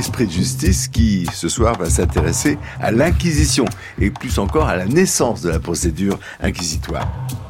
Esprit de justice qui, ce soir, va s'intéresser à l'Inquisition et plus encore à la naissance de la procédure inquisitoire.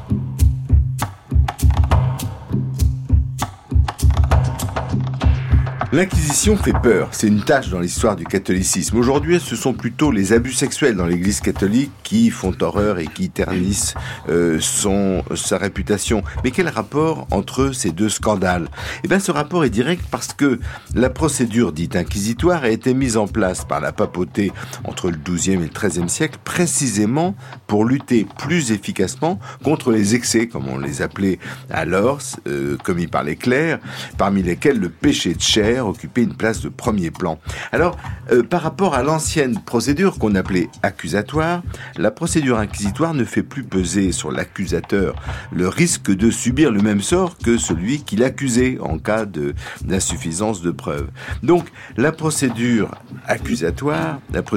L'Inquisition fait peur, c'est une tache dans l'histoire du catholicisme. Aujourd'hui, ce sont plutôt les abus sexuels dans l'Église catholique qui font horreur et qui ternissent sa réputation. Mais quel rapport entre ces deux scandales ? Eh bien, ce rapport est direct parce que la procédure dite inquisitoire a été mise en place par la papauté entre le XIIe et le XIIIe siècle, précisément pour lutter plus efficacement contre les excès, comme on les appelait alors, commis par les clercs, parmi lesquels le péché de chair occupait une place de premier plan. Alors, par rapport à l'ancienne procédure qu'on appelait accusatoire, la procédure inquisitoire ne fait plus peser sur l'accusateur le risque de subir le même sort que celui qui l'accusait en cas d'insuffisance de preuve. Donc, la procédure inquisitoire,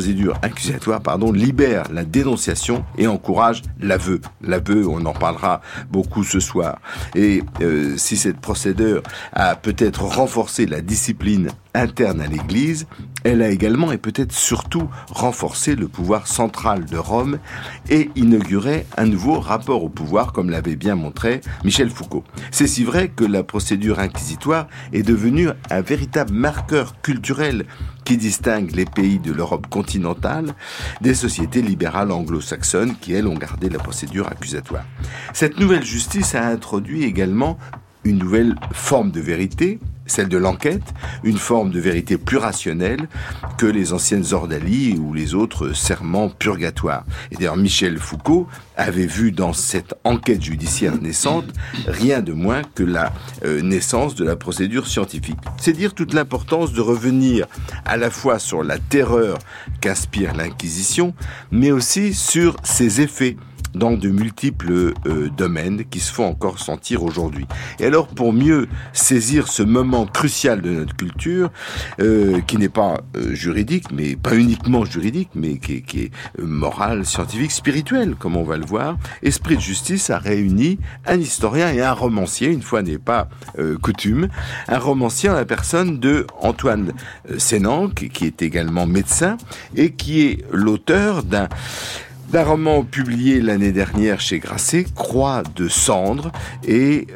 libère la dénonciation et encourage l'aveu. L'aveu, on en parlera beaucoup ce soir. Et si cette procédure a peut-être renforcé la discipline interne à l'Église, elle a également et peut-être surtout renforcé le pouvoir central de Rome et inauguré un nouveau rapport au pouvoir, comme l'avait bien montré Michel Foucault. C'est si vrai que la procédure inquisitoire est devenue un véritable marqueur culturel qui distingue les pays de l'Europe continentale des sociétés libérales anglo-saxonnes qui, elles, ont gardé la procédure accusatoire. Cette nouvelle justice a introduit également une nouvelle forme de vérité, celle de l'enquête, une forme de vérité plus rationnelle que les anciennes ordalies ou les autres serments purgatoires. Et d'ailleurs, Michel Foucault avait vu dans cette enquête judiciaire naissante rien de moins que la naissance de la procédure scientifique. C'est dire toute l'importance de revenir à la fois sur la terreur qu'inspire l'Inquisition, mais aussi sur ses effets dans de multiples domaines qui se font encore sentir aujourd'hui. Et alors, pour mieux saisir ce moment crucial de notre culture, qui n'est pas juridique, mais pas uniquement juridique, mais qui est moral, scientifique, spirituel, comme on va le voir, Esprit de justice a réuni un historien et un romancier, une fois n'est pas coutume, un romancier en la personne de Antoine Sénanque, qui est également médecin, et qui est l'auteur d'un roman publié l'année dernière chez Grasset, Croix de cendre, et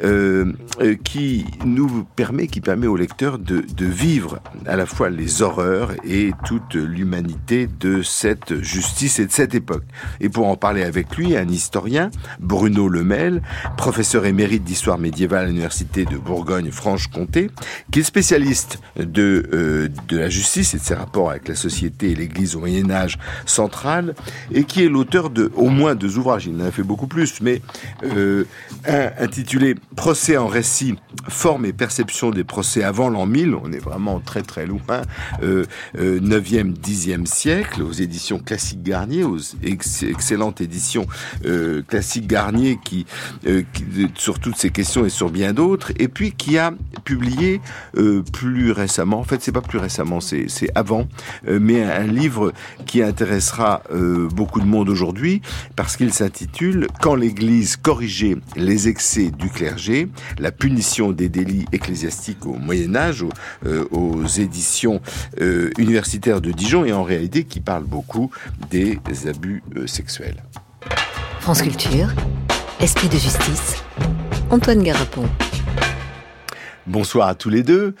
qui permet au lecteur de vivre à la fois les horreurs et toute l'humanité de cette justice et de cette époque. Et pour en parler avec lui, un historien, Bruno Lemel, professeur émérite d'histoire médiévale à l'université de Bourgogne-Franche-Comté, qui est spécialiste de la justice et de ses rapports avec la société et l'Église au Moyen-Âge central, et qui est l'auteur de au moins 2 ouvrages, il en a fait beaucoup plus, mais un intitulé Procès en récit, forme et perception des procès avant l'an 1000, on est vraiment très très loin, 9e, 10e siècle, aux éditions Classique Garnier, aux excellentes éditions Classique Garnier qui sur toutes ces questions et sur bien d'autres, et puis qui a publié plus récemment, en fait c'est pas plus récemment, c'est avant, mais un livre qui intéressera beaucoup de monde aujourd'hui, parce qu'il s'intitule « Quand l'Église corrigeait les excès du clergé, la punition des délits ecclésiastiques au Moyen-Âge » aux éditions universitaires de Dijon, et en réalité qui parle beaucoup des abus sexuels. France Culture, Esprit de justice, Antoine Garapon. Bonsoir à tous les deux.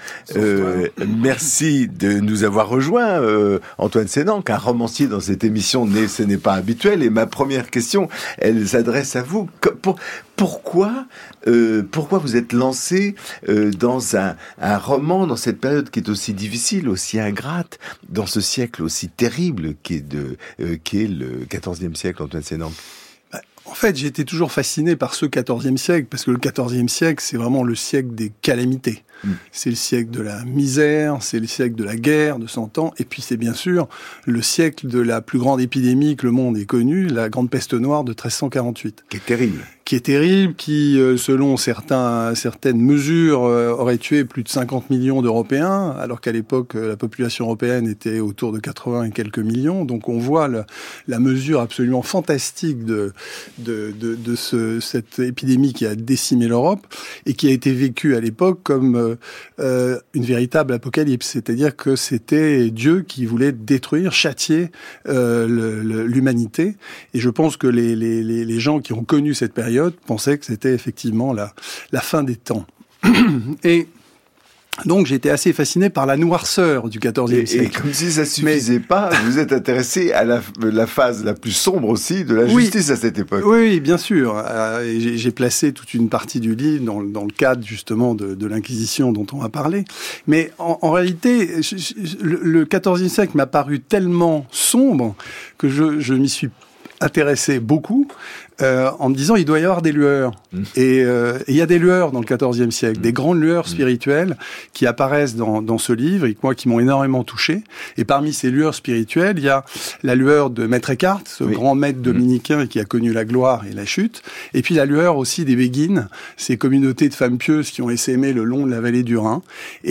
Merci de nous avoir rejoints, Antoine Sénanque, un romancier dans cette émission. Ce n'est pas habituel. Et ma première question, elle s'adresse à vous. Pourquoi vous êtes lancé dans un roman dans cette période qui est aussi difficile, aussi ingrate, dans ce siècle aussi terrible qui est le XIVe siècle, Antoine Sénanque? En fait, j'ai été toujours fasciné par ce XIVe siècle, parce que le XIVe siècle, c'est vraiment le siècle des calamités. C'est le siècle de la misère, c'est le siècle de la guerre de 100 ans, et puis c'est bien sûr le siècle de la plus grande épidémie que le monde ait connue, la grande peste noire de 1348. Qui est terrible. est terrible, qui, selon certaines mesures, aurait tué plus de 50 millions d'Européens, alors qu'à l'époque, la population européenne était autour de 80 et quelques millions. Donc on voit la mesure absolument fantastique de cette épidémie qui a décimé l'Europe et qui a été vécue à l'époque comme une véritable apocalypse. C'est-à-dire que c'était Dieu qui voulait détruire, châtier l'humanité. Et je pense que les gens qui ont connu cette période pensaient que c'était effectivement la fin des temps. Et donc j'ai été assez fasciné par la noirceur du XIVe siècle. Et comme si ça suffisait pas, vous êtes intéressé à la phase la plus sombre aussi de la justice à cette époque. Oui, bien sûr. J'ai placé toute une partie du livre dans le cadre justement de l'Inquisition dont on va parler. Mais en réalité, le XIVe siècle m'a paru tellement sombre que je m'y suis intéressé beaucoup. En me disant il doit y avoir des lueurs. Et il y a des lueurs dans le XIVe siècle, des grandes lueurs spirituelles qui apparaissent dans ce livre et qui m'ont énormément touché. Et parmi ces lueurs spirituelles, il y a la lueur de Maître Eckhart, ce grand maître dominicain qui a connu la gloire et la chute. Et puis la lueur aussi des Béguines, ces communautés de femmes pieuses qui ont essaimé le long de la vallée du Rhin.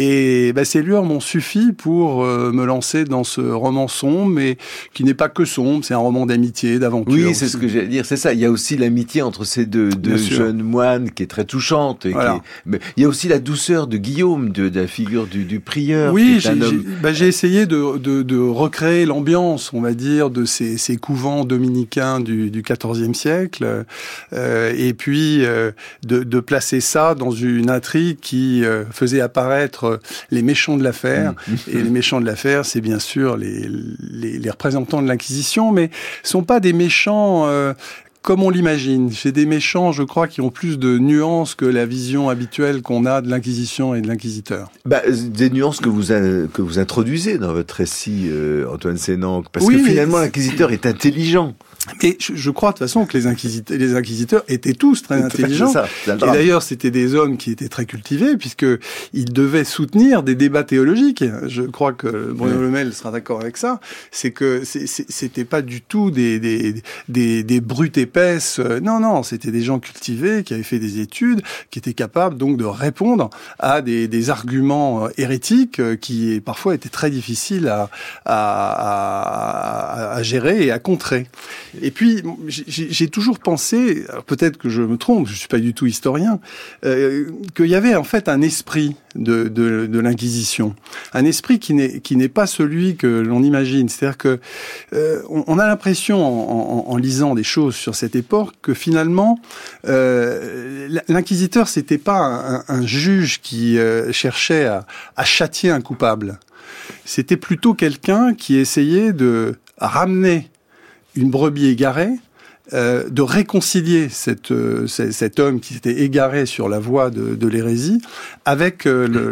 Et ces lueurs m'ont suffi pour me lancer dans ce roman sombre, mais qui n'est pas que sombre, c'est un roman d'amitié, d'aventure. Oui, c'est ce que j'allais dire, c'est ça. Il y a aussi l'amitié entre ces deux jeunes moines qui est très touchante. Et voilà. Mais il y a aussi la douceur de Guillaume, de la figure du prieur. Oui, j'ai essayé de recréer l'ambiance, on va dire, de ces couvents dominicains du XIVe siècle, et puis de placer ça dans une intrigue qui faisait apparaître les méchants de l'affaire. Et les méchants de l'affaire, c'est bien sûr les représentants de l'Inquisition, mais sont pas des méchants comme on l'imagine. C'est des méchants, je crois, qui ont plus de nuances que la vision habituelle qu'on a de l'Inquisition et de l'inquisiteur. Des nuances que vous introduisez dans votre récit, Antoine Sénanque, parce que finalement l'inquisiteur est intelligent. Mais je crois de toute façon que les inquisiteurs étaient tous très intelligents. Et d'ailleurs, c'était des hommes qui étaient très cultivés, puisqu'ils devaient soutenir des débats théologiques. Je crois que Bruno Le Mail sera d'accord avec ça. C'est que c'était pas du tout des brutes épaisses. Non, c'était des gens cultivés qui avaient fait des études, qui étaient capables donc de répondre à des arguments hérétiques qui parfois étaient très difficiles à gérer et à contrer. Et puis, j'ai toujours pensé, alors peut-être que je me trompe, je suis pas du tout historien, qu'il y avait en fait un esprit de l'Inquisition, un esprit qui n'est pas celui que l'on imagine. C'est-à-dire que on a l'impression, en lisant des choses sur cette époque, que finalement, l'inquisiteur c'était pas un juge qui cherchait à châtier un coupable. C'était plutôt quelqu'un qui essayait de ramener une brebis égarée, de réconcilier cet homme qui s'était égaré sur la voie de l'hérésie avec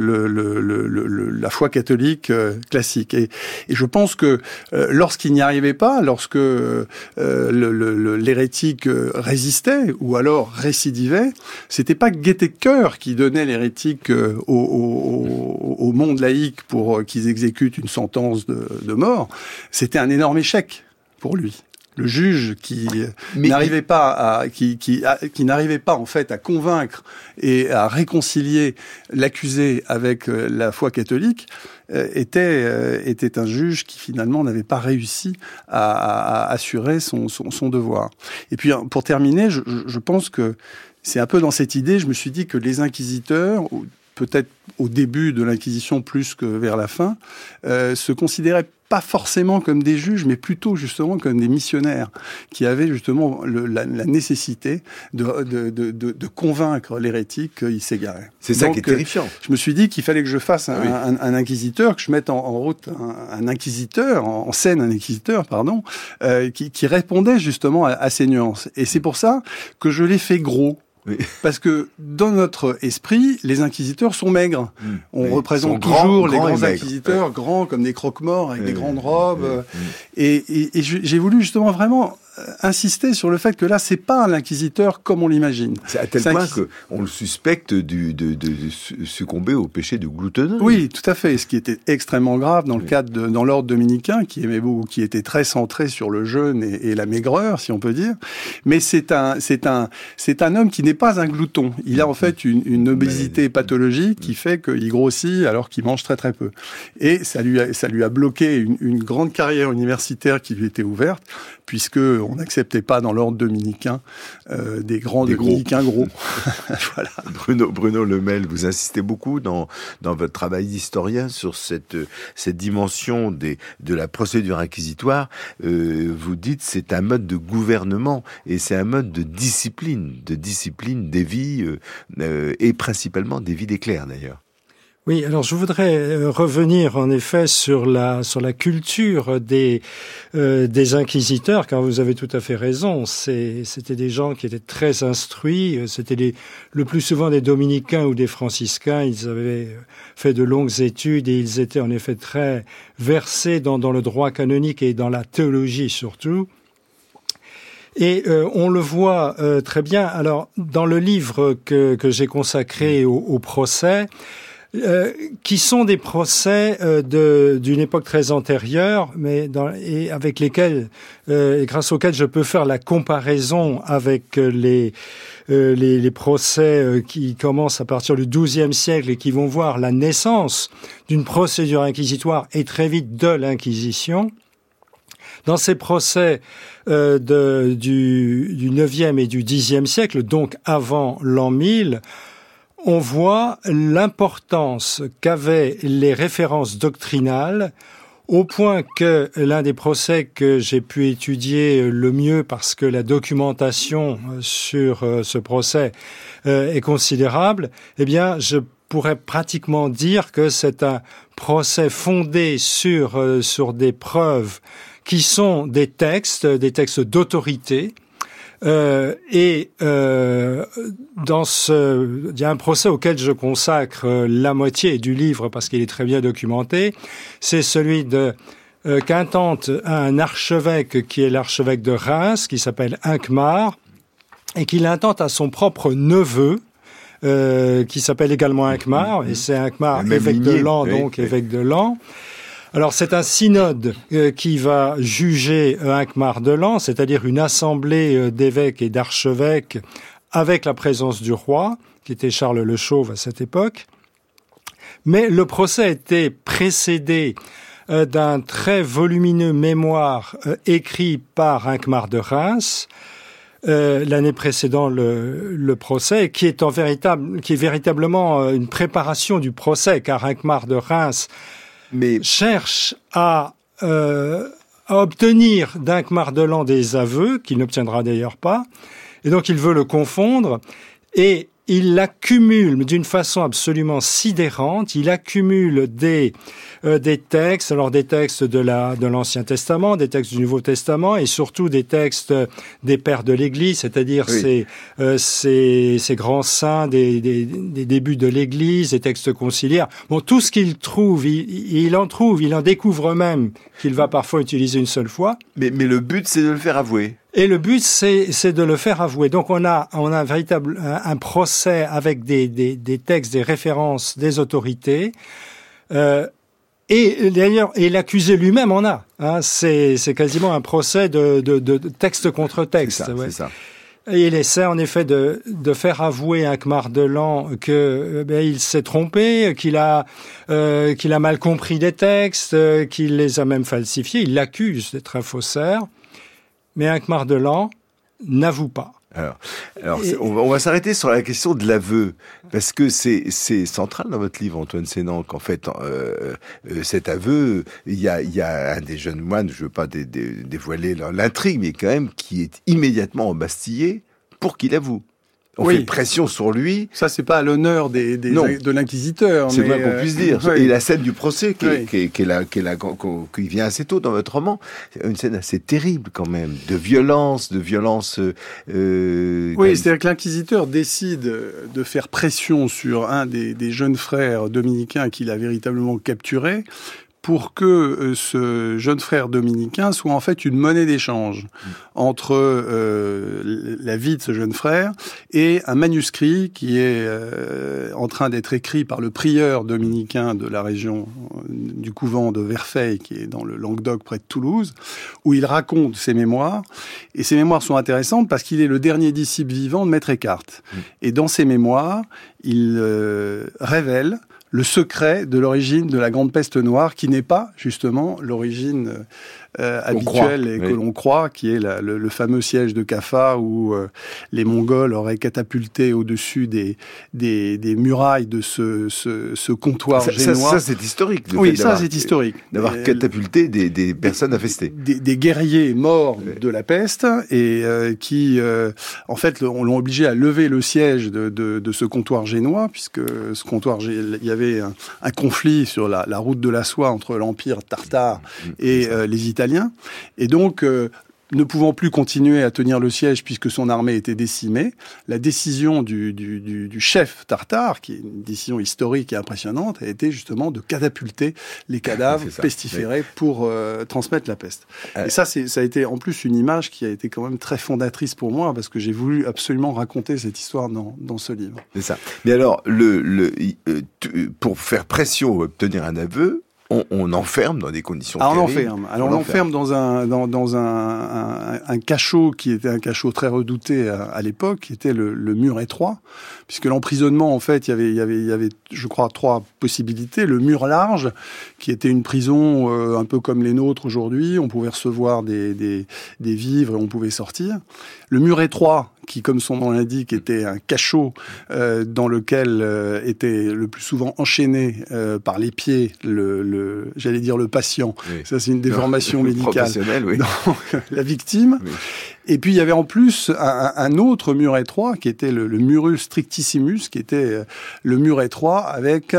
la foi catholique classique. Et je pense que lorsqu'il n'y arrivait pas, lorsque l'hérétique résistait ou alors récidivait, c'était pas gaieté de cœur qui donnait l'hérétique au monde laïque pour qu'ils exécutent une sentence de mort. C'était un énorme échec pour lui. Le juge qui n'arrivait pas en fait à convaincre et à réconcilier l'accusé avec la foi catholique était un juge qui finalement n'avait pas réussi à assurer son devoir. Et puis pour terminer, je pense que c'est un peu dans cette idée, je me suis dit que les inquisiteurs, peut-être au début de l'Inquisition plus que vers la fin, se considéraient pas forcément comme des juges, mais plutôt justement comme des missionnaires qui avaient justement la nécessité de convaincre l'hérétique qu'il s'égarait. C'est ça qui est terrifiant. Je me suis dit qu'il fallait que je fasse un inquisiteur, que je mette en route un inquisiteur, en scène un inquisiteur, pardon, qui répondait justement à ces nuances. Et c'est pour ça que je l'ai fait gros. Oui. Parce que dans notre esprit, les inquisiteurs sont maigres. On représente toujours les grands inquisiteurs, grands comme des croque-morts avec des grandes robes. Et j'ai voulu justement vraiment insister sur le fait que là, c'est pas un inquisiteur comme on l'imagine. C'est à tel point qu'on le suspecte de succomber au péché de gloutonnerie. Oui, tout à fait. Ce qui était extrêmement grave dans le cadre dans l'ordre dominicain, qui était très centré sur le jeûne et la maigreur, si on peut dire. Mais c'est un homme qui n'est pas un glouton. Il a en fait une obésité pathologique qui fait qu'il grossit alors qu'il mange très très peu. Et ça lui a bloqué une grande carrière universitaire qui lui était ouverte, puisque on n'acceptait pas dans l'ordre dominicain des dominicains gros. Voilà. Bruno Lemel, vous insistez beaucoup dans votre travail d'historien sur cette dimension de la procédure inquisitoire. Vous dites c'est un mode de gouvernement et c'est un mode de discipline des vies et principalement des vies des clercs d'ailleurs. Oui, alors je voudrais revenir en effet sur la culture des inquisiteurs, car vous avez tout à fait raison. C'était des gens qui étaient très instruits. C'était le plus souvent des dominicains ou des franciscains. Ils avaient fait de longues études et ils étaient en effet très versés dans le droit canonique et dans la théologie surtout. Et on le voit très bien. Alors dans le livre que j'ai consacré au procès. Qui sont des procès d'une époque très antérieure, et avec lesquels, et grâce auxquels je peux faire la comparaison avec les procès qui commencent à partir du XIIe siècle et qui vont voir la naissance d'une procédure inquisitoire et très vite de l'Inquisition. Dans ces procès du IXe et du Xe siècle, donc avant l'an 1000, on voit l'importance qu'avaient les références doctrinales, au point que l'un des procès que j'ai pu étudier le mieux, parce que la documentation sur ce procès est considérable, eh bien, je pourrais pratiquement dire que c'est un procès fondé sur des preuves qui sont des textes d'autorité. Il y a un procès auquel je consacre la moitié du livre parce qu'il est très bien documenté. C'est celui qu'intente un archevêque qui est l'archevêque de Reims, qui s'appelle Hincmar, et qu'il intente à son propre neveu, qui s'appelle également Hincmar, et c'est Hincmar, évêque de Laon, donc évêque de Laon. Alors c'est un synode qui va juger Hincmar de Laon, c'est-à-dire une assemblée d'évêques et d'archevêques avec la présence du roi, qui était Charles le Chauve à cette époque. Mais le procès a été précédé d'un très volumineux mémoire écrit par Hincmar de Reims, l'année précédant le procès, qui est véritablement une préparation du procès, car Hincmar de Reims cherche à obtenir d'Hincmar de Laon des aveux, qu'il n'obtiendra d'ailleurs pas, et donc il veut le confondre, et il accumule d'une façon absolument sidérante, il accumule des textes, alors des textes de l'Ancien Testament, des textes du Nouveau Testament, et surtout des textes des pères de l'Église, c'est-à-dire ces grands saints des débuts de l'Église, des textes conciliaires. Bon, tout ce qu'il trouve, il en découvre même qu'il va parfois utiliser une seule fois. Mais le but, c'est de le faire avouer. Et le but, c'est de le faire avouer. Donc, on a un procès avec des textes, des références, des autorités. Et d'ailleurs, l'accusé lui-même en a. Hein, c'est quasiment un procès de texte contre texte. C'est ça. Et il essaie en effet de faire avouer à Hincmar de Laon que il s'est trompé, qu'il a mal compris des textes, qu'il les a même falsifiés. Il l'accuse d'être un faussaire. Mais Hincmar de Laon n'avoue pas. Alors on va s'arrêter sur la question de l'aveu, parce que c'est central dans votre livre, Antoine Sénan, qu'en fait, cet aveu, il y a un des jeunes moines, je veux pas dévoiler l'intrigue, mais quand même, qui est immédiatement embastillé pour qu'il avoue. On fait pression sur lui. Ça, c'est pas à l'honneur de l'inquisiteur. C'est vrai qu'on puisse dire. Oui. Et la scène du procès, qui vient assez tôt dans votre roman, c'est une scène assez terrible quand même, de violence. Oui, c'est-à-dire que l'inquisiteur décide de faire pression sur un des jeunes frères dominicains qu'il a véritablement capturé, pour que ce jeune frère dominicain soit en fait une monnaie d'échange entre la vie de ce jeune frère et un manuscrit qui est en train d'être écrit par le prieur dominicain de la région du couvent de Verfeil, qui est dans le Languedoc près de Toulouse, où il raconte ses mémoires. Et ces mémoires sont intéressantes parce qu'il est le dernier disciple vivant de Maître Eckhart. Et dans ses mémoires, il révèle le secret de l'origine de la Grande Peste noire, qui n'est pas justement l'origine habituelle et que l'on croit, qui est le fameux siège de Kaffa où les Mongols auraient catapulté au-dessus des murailles de ce comptoir génois. Ça, c'est historique. Oui, ça, c'est historique. D'avoir catapulté des personnes infestées. Des guerriers morts de la peste et qui, en fait, l'ont obligé à lever le siège de ce comptoir génois, puisque ce comptoir, il y avait un conflit sur la route de la soie entre l'Empire tartare et les Italiens. Et donc, ne pouvant plus continuer à tenir le siège puisque son armée était décimée, la décision du chef tartare, qui est une décision historique et impressionnante, a été justement de catapulter les cadavres pestiférés pour transmettre la peste. Et ça a été en plus une image qui a été quand même très fondatrice pour moi, parce que j'ai voulu absolument raconter cette histoire dans ce livre. C'est ça. Mais alors, pour faire pression ou obtenir un aveu, on enferme dans des conditions terribles. On enferme dans un cachot qui était un cachot très redouté à l'époque, qui était le mur étroit, puisque l'emprisonnement, en fait, il y avait, je crois, 3 possibilités. Le mur large, qui était une prison un peu comme les nôtres aujourd'hui, on pouvait recevoir des vivres et on pouvait sortir. Le mur étroit, qui, comme son nom l'indique, était un cachot dans lequel était le plus souvent enchaîné par les pieds j'allais dire le patient. Oui. Ça, c'est une déformation médicale. Oui. Donc, la victime. Oui. Et puis, il y avait en plus un autre mur étroit qui était le murus strictissimus, qui était le mur étroit avec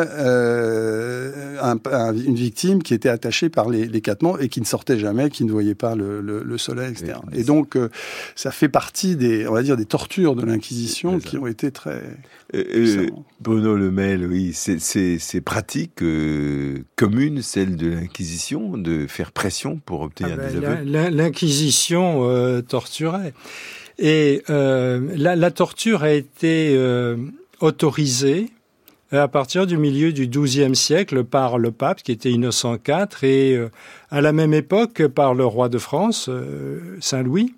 une victime qui était attachée par les cattements et qui ne sortait jamais, qui ne voyait pas le soleil, etc. Oui, et donc, ça fait partie des tortures de l'Inquisition qui ont été très... Bruno Lemel, oui, c'est pratique commune, celle de l'Inquisition, de faire pression pour obtenir des aveux. L'Inquisition torturait. Et la torture a été autorisée à partir du milieu du XIIe siècle par le pape, qui était Innocent IV, et à la même époque par le roi de France, Saint-Louis.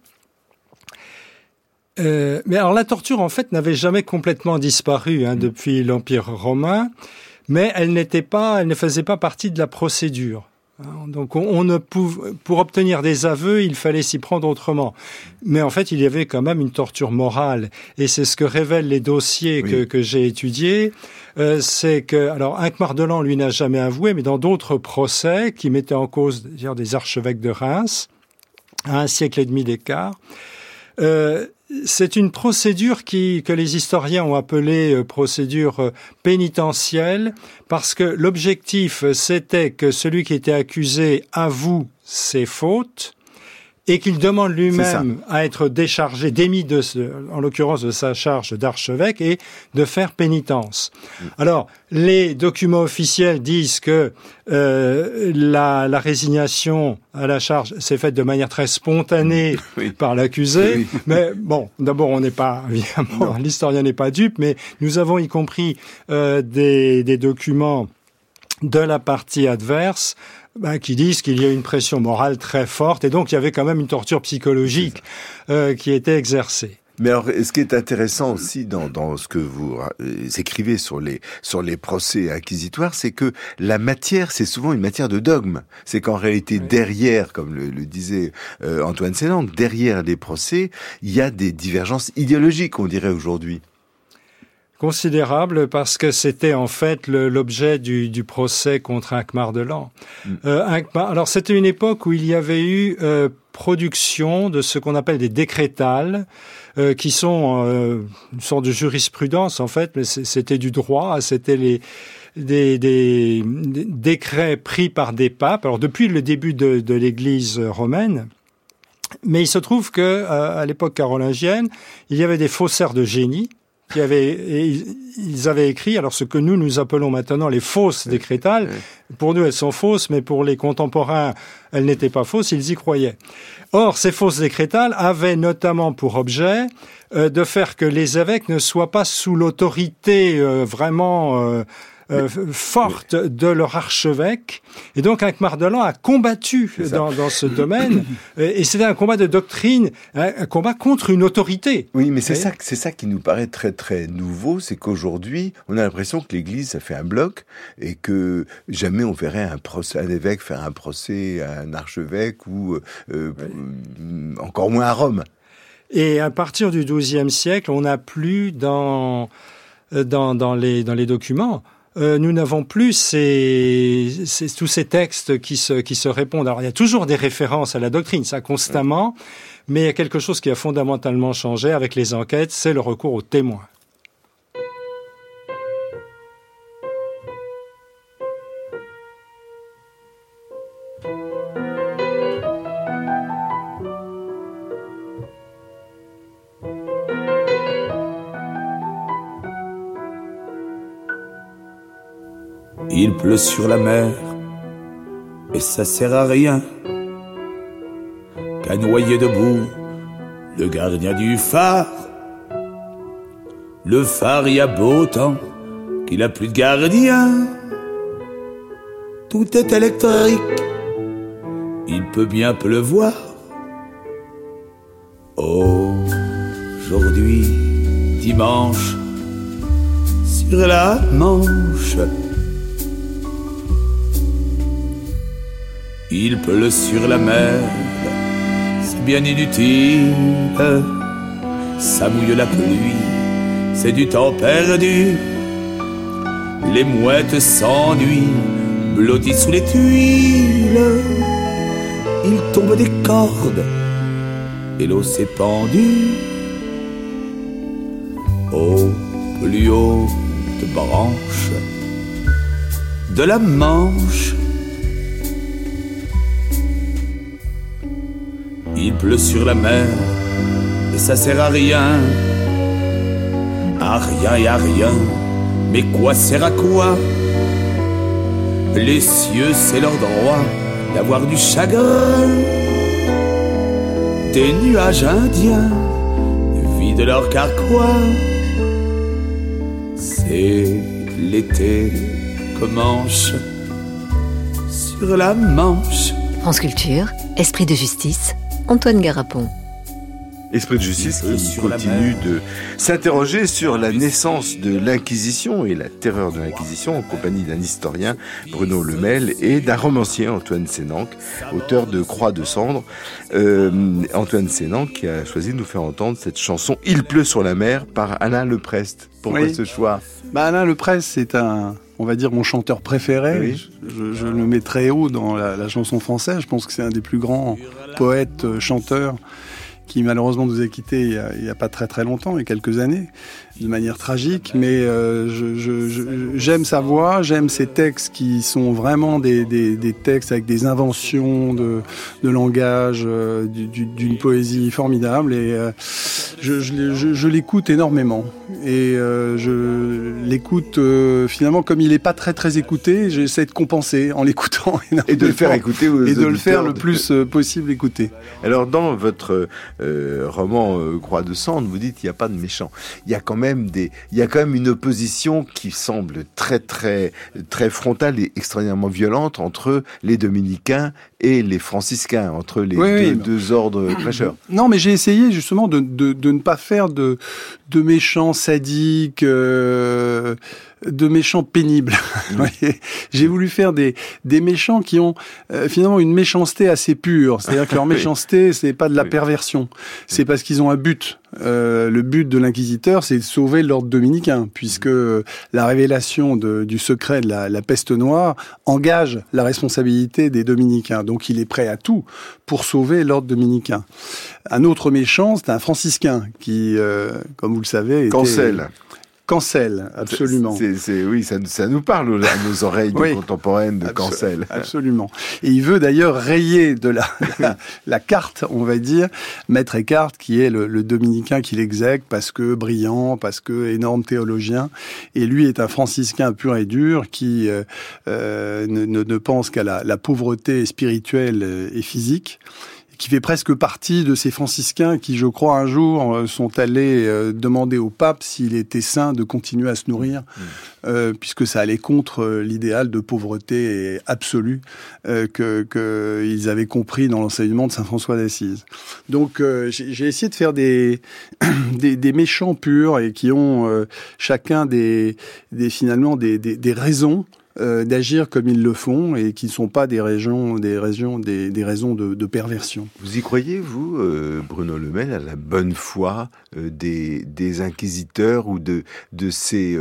Mais alors la torture, en fait, n'avait jamais complètement disparu depuis l'Empire romain, mais elle ne faisait pas partie de la procédure. Donc pour obtenir des aveux, il fallait s'y prendre autrement. Mais en fait, il y avait quand même une torture morale. Et c'est ce que révèlent les dossiers que j'ai étudiés. C'est que, alors, Inck-Mardelan, lui, n'a jamais avoué, mais dans d'autres procès qui mettaient en cause des archevêques de Reims, à 1 siècle et demi d'écart, c'est une procédure que les historiens ont appelée procédure pénitentielle, parce que l'objectif, c'était que celui qui était accusé avoue ses fautes et qu'il demande lui-même à être déchargé, démis en l'occurrence de sa charge d'archevêque, et de faire pénitence. Alors, les documents officiels disent que la résignation à la charge s'est faite de manière très spontanée par l'accusé. Mais bon, d'abord, on n'est pas, évidemment, l'historien n'est pas dupe, mais nous avons y compris des documents de la partie adverse qui disent qu'il y a une pression morale très forte, et donc il y avait quand même une torture psychologique qui était exercée. Mais alors, ce qui est intéressant aussi dans ce que vous écrivez sur les procès inquisitoires, c'est que la matière, c'est souvent une matière de dogme. C'est qu'en réalité, derrière, comme le disait Antoine Sénanque, derrière les procès, il y a des divergences idéologiques, on dirait aujourd'hui. Considérable, parce que c'était en fait l'objet du procès contre Inck-Mardelan. Alors c'était une époque où il y avait eu production de ce qu'on appelle des décrétales, qui sont une sorte de jurisprudence en fait, mais c'était du droit, c'était des décrets pris par des papes. Alors depuis le début de l'Église romaine. Mais il se trouve que à l'époque carolingienne, il y avait des faussaires de génie, ils avaient écrit, alors ce que nous appelons maintenant les fausses décrétales. Pour nous, elles sont fausses, mais pour les contemporains, elles n'étaient pas fausses, ils y croyaient. Or, ces fausses décrétales avaient notamment pour objet de faire que les évêques ne soient pas sous l'autorité vraiment forte de leur archevêque. Et donc, Alkmaar-Delans a combattu dans ce domaine. Et c'était un combat de doctrine, un combat contre une autorité. Oui, mais c'est ça qui nous paraît très, très nouveau. C'est qu'aujourd'hui, on a l'impression que l'Église a fait un bloc et que jamais on verrait un évêque faire un procès à un archevêque ou encore moins à Rome. Et à partir du XIIe siècle, on n'a plus dans les documents, nous n'avons plus tous ces textes qui se répondent. Alors, il y a toujours des références à la doctrine, ça constamment, mais il y a quelque chose qui a fondamentalement changé avec les enquêtes, c'est le recours aux témoins. Il pleut sur la mer, et ça sert à rien qu'à noyer debout le gardien du phare. Le phare y a beau temps qu'il a plus de gardien. Tout est électrique, il peut bien pleuvoir. Aujourd'hui, dimanche, sur la Manche, il pleut sur la mer, c'est bien inutile. Ça mouille la pluie, c'est du temps perdu. Les mouettes s'ennuient, blotties sous les tuiles. Il tombe des cordes et l'eau s'est pendue. Aux plus hautes branches de la Manche, il pleut sur la mer, et ça sert à rien. À rien et à rien, mais quoi sert à quoi? Les cieux, c'est leur droit d'avoir du chagrin. Des nuages indiens vident leur carquois. C'est l'été commence sur la Manche. France Culture, Esprit de justice, Antoine Garapon. Esprit de justice qui continue de s'interroger sur la naissance de l'Inquisition et la terreur de l'Inquisition en compagnie d'un historien, Bruno Lemel, et d'un romancier, Antoine Sénanque, auteur de Croix de cendre. Antoine Sénanque qui a choisi de nous faire entendre cette chanson « Il pleut sur la mer » par Alain Leprest. Pourquoi ce choix? Alain Leprest, c'est on va dire mon chanteur préféré. Oui. Je le mets très haut dans la chanson française. Je pense que c'est un des plus grands poètes, chanteurs, qui malheureusement nous a quittés il y a pas très très longtemps, il y a quelques années, de manière tragique. Mais j'aime sa voix, j'aime ses textes qui sont vraiment des textes avec des inventions de langage, d'une poésie formidable. Et je l'écoute énormément. Et je l'écoute finalement, comme il n'est pas très très écouté, j'essaie de compenser en l'écoutant énormément. Et de le faire écouter aux et de le faire auditeurs. le plus possible écouter. Alors dans votre roman Croix de cendre, vous dites qu'il n'y a pas de méchants. Il y a quand même une opposition qui semble très très très frontale et extrêmement violente entre les dominicains et les franciscains, entre les deux ordres prêcheurs. Non, mais j'ai essayé justement de ne pas faire de méchants sadiques, de méchants pénibles. J'ai voulu faire des méchants qui ont finalement une méchanceté assez pure. C'est-à-dire que leur méchanceté, c'est pas de la perversion. C'est parce qu'ils ont un but. Le but de l'inquisiteur, c'est de sauver l'ordre dominicain, puisque la révélation du secret de la peste noire engage la responsabilité des dominicains. Donc il est prêt à tout pour sauver l'ordre dominicain. Un autre méchant, c'est un franciscain qui, comme vous le savez, Cancel. Cancel, absolument. Oui, ça nous parle à nos oreilles oui, contemporaines de Cancel. Absolument. Et il veut d'ailleurs rayer de la carte, on va dire, Maître Eckhart, qui est le dominicain qui l'exèque, parce que brillant, parce que énorme théologien. Et lui est un franciscain pur et dur qui ne pense qu'à la pauvreté spirituelle et physique, qui fait presque partie de ces franciscains qui, je crois, un jour sont allés demander au pape s'il était sain de continuer à se nourrir, puisque ça allait contre l'idéal de pauvreté absolue qu'ils avaient compris dans l'enseignement de saint François d'Assise. Donc, j'ai essayé de faire des méchants purs et qui ont chacun finalement des raisons d'agir comme ils le font et qui ne sont pas des raisons de perversion. Vous y croyez, vous, Bruno Lemel, à la bonne foi des inquisiteurs ou de ces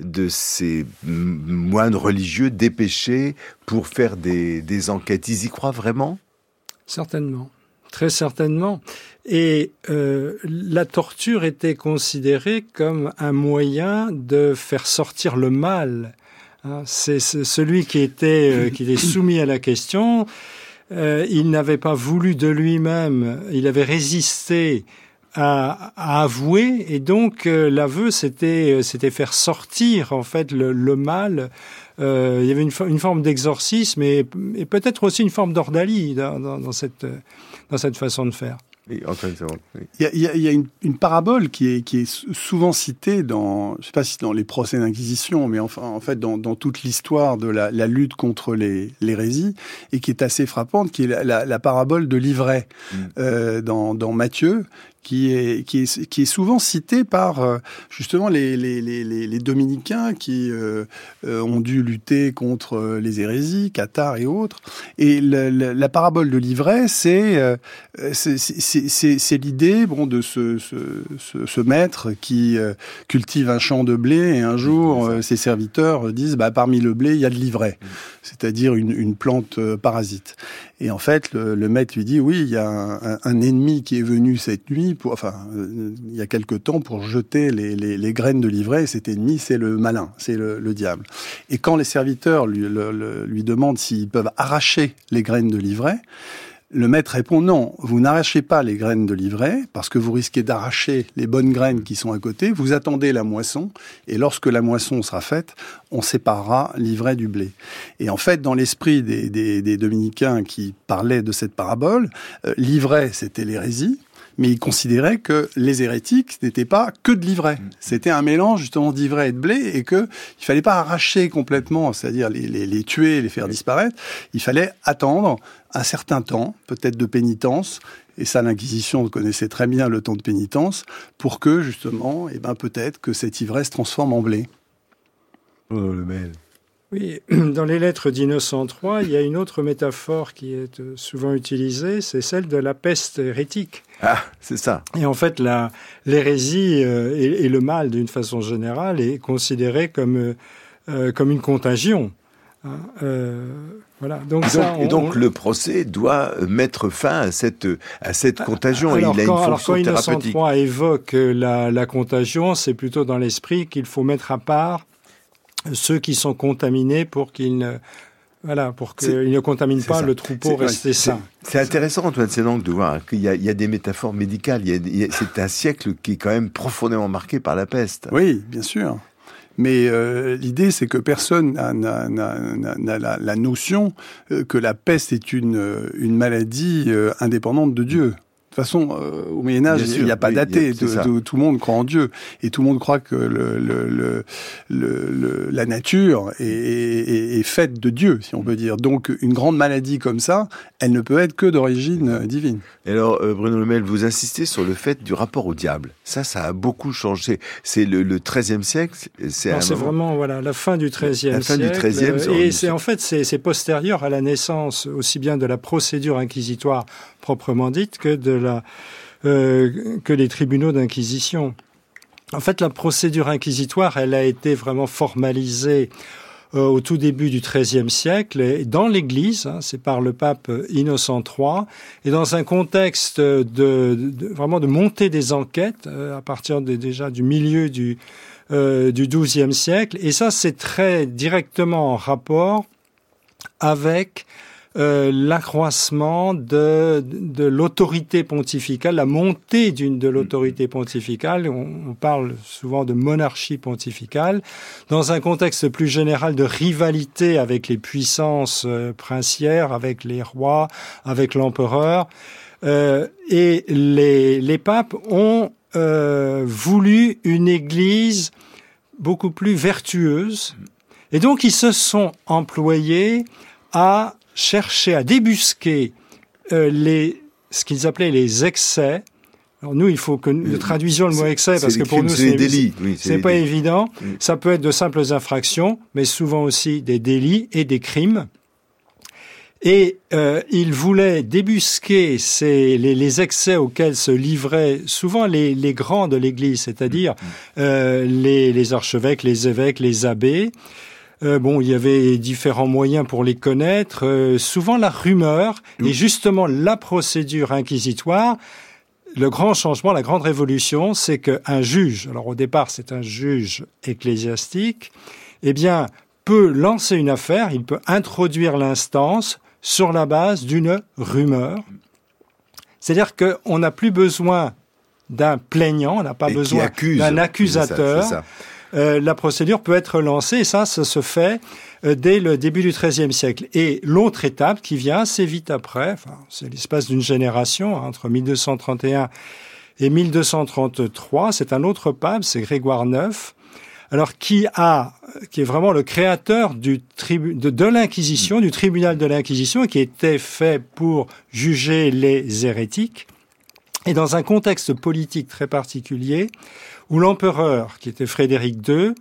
moines religieux dépêchés pour faire des enquêtes? Ils y croient vraiment? Certainement. Très certainement. Et la torture était considérée comme un moyen de faire sortir le mal. C'est celui qui était soumis à la question. Il n'avait pas voulu de lui-même. Il avait résisté à avouer, et donc l'aveu, c'était faire sortir en fait le mal. Il y avait une forme d'exorcisme et peut-être aussi une forme d'ordalie dans cette façon de faire. Oui, Antoine Savon. Oui. Il y a une parabole qui est souvent citée dans, je sais pas si dans les procès d'inquisition, mais enfin, en fait, dans toute l'histoire de la lutte contre l'hérésie, et qui est assez frappante, qui est la parabole de l'ivraie, dans Matthieu, qui est souvent cité par justement les dominicains qui ont dû lutter contre les hérésies, Cathare et autres. Et la parabole de l'ivraie, c'est l'idée de ce maître qui cultive un champ de blé, et un jour ses serviteurs disent parmi le blé il y a de l'ivraie, c'est-à-dire une plante parasite. Et en fait, le maître lui dit, oui, il y a un ennemi qui est venu cette nuit, il y a quelque temps, pour jeter les graines de l'ivraie. Et cet ennemi, c'est le malin, c'est le diable. Et quand les serviteurs lui demandent s'ils peuvent arracher les graines de l'ivraie, le maître répond non, vous n'arrachez pas les graines de l'ivraie parce que vous risquez d'arracher les bonnes graines qui sont à côté. Vous attendez la moisson et lorsque la moisson sera faite, on séparera l'ivraie du blé. Et en fait, dans l'esprit des dominicains qui parlaient de cette parabole, l'ivraie, c'était l'hérésie. Mais ils considéraient que les hérétiques n'étaient pas que de l'ivraie. C'était un mélange justement d'ivraie et de blé, et qu'il ne fallait pas arracher complètement, c'est-à-dire les tuer, les faire disparaître. Il fallait attendre un certain temps, peut-être de pénitence, et ça l'Inquisition connaissait très bien le temps de pénitence, pour que justement, peut-être que cette ivraie se transforme en blé. Oh, le mail. Oui, dans les lettres d'Innocent III, il y a une autre métaphore qui est souvent utilisée, c'est celle de la peste hérétique. Ah, c'est ça. Et en fait, l'hérésie et le mal, d'une façon générale, est considéré comme une contagion. Voilà. Donc le procès doit mettre fin à cette contagion. Alors, il a une fonction thérapeutique. Innocent III évoque la contagion, c'est plutôt dans l'esprit qu'il faut mettre à part ceux qui sont contaminés pour qu'ils ne contaminent pas le troupeau resté sain. C'est intéressant, Antoine Sénanque, de voir qu'il y a des métaphores médicales. C'est un siècle qui est quand même profondément marqué par la peste. Oui, bien sûr. Mais l'idée, c'est que personne n'a la notion que la peste est une maladie indépendante de Dieu. De toute façon, au Moyen-Âge, il n'y a pas d'athée. Tout le monde croit en Dieu. Et tout le monde croit que la nature est faite de Dieu, si on peut dire. Donc, une grande maladie comme ça, elle ne peut être que d'origine divine. Et alors, Bruno Lemel, vous insistez sur le fait du rapport au diable. Ça a beaucoup changé. C'est le XIIIe siècle. C'est vraiment la fin du XIIIe siècle. Du XIIIe. Et c'est postérieur à la naissance aussi bien de la procédure inquisitoire proprement dite que que les tribunaux d'inquisition. En fait, la procédure inquisitoire, elle a été vraiment formalisée au tout début du XIIIe siècle, et dans l'Église, c'est par le pape Innocent III, et dans un contexte vraiment de montée des enquêtes à partir déjà du milieu du du XIIe siècle. Et ça, c'est très directement en rapport avec l'accroissement de l'autorité pontificale, la montée de l'autorité pontificale. On parle souvent de monarchie pontificale, dans un contexte plus général de rivalité avec les puissances princières, avec les rois, avec l'empereur. Et les papes ont voulu une Église beaucoup plus vertueuse. Et donc, ils se sont employés à chercher à débusquer ce qu'ils appelaient les excès. Alors nous, il faut que nous traduisions le mot excès parce que pour nous, c'est pas évident. Ça peut être de simples infractions, mais souvent aussi des délits et des crimes. Et ils voulaient débusquer les excès auxquels se livraient souvent les grands de l'Église, c'est-à-dire les archevêques, les évêques, les abbés. Il y avait différents moyens pour les connaître. Souvent la rumeur et justement la procédure inquisitoire. Le grand changement, la grande révolution, c'est qu'un juge, alors au départ c'est un juge ecclésiastique, peut lancer une affaire, il peut introduire l'instance sur la base d'une rumeur. C'est-à-dire qu'on n'a plus besoin d'un plaignant, on n'a pas besoin d'un accusateur. C'est ça. La procédure peut être lancée, et ça se fait dès le début du XIIIe siècle. Et l'autre étape qui vient assez vite après, c'est l'espace d'une génération, entre 1231 et 1233, c'est un autre pape, c'est Grégoire IX, alors qui est vraiment le créateur de l'Inquisition, du tribunal de l'Inquisition, qui était fait pour juger les hérétiques. Et dans un contexte politique très particulier, où l'empereur, qui était Frédéric II,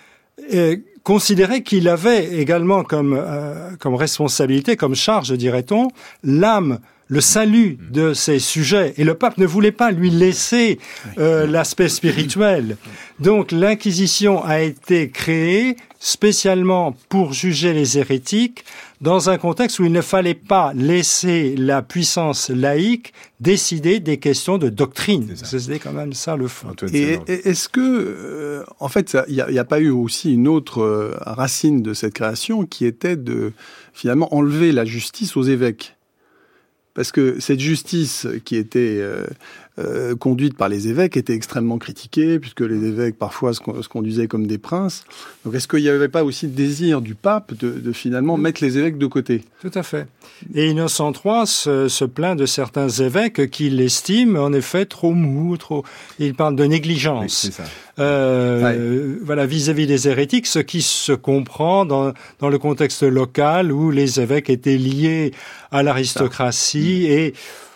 considérait qu'il avait également comme responsabilité, comme charge, dirait-on, le salut de ses sujets. Et le pape ne voulait pas lui laisser l'aspect spirituel. Donc l'Inquisition a été créée spécialement pour juger les hérétiques, dans un contexte où il ne fallait pas laisser la puissance laïque décider des questions de doctrine. C'était quand même ça le fond. Et est-ce que, en fait, il n'y a pas eu aussi une autre racine de cette création qui était de, finalement, enlever la justice aux évêques ? Parce que cette justice qui était conduite par les évêques était extrêmement critiquée, puisque les évêques parfois se conduisaient comme des princes. Donc est-ce qu'il n'y avait pas aussi le désir du pape de finalement mettre les évêques de côté ? Tout à fait. Et Innocent III se plaint de certains évêques qui l'estiment en effet trop mous, il parle de négligence. Oui, c'est ça. Voilà, vis-à-vis des hérétiques, ce qui se comprend dans le contexte local où les évêques étaient liés à l'aristocratie et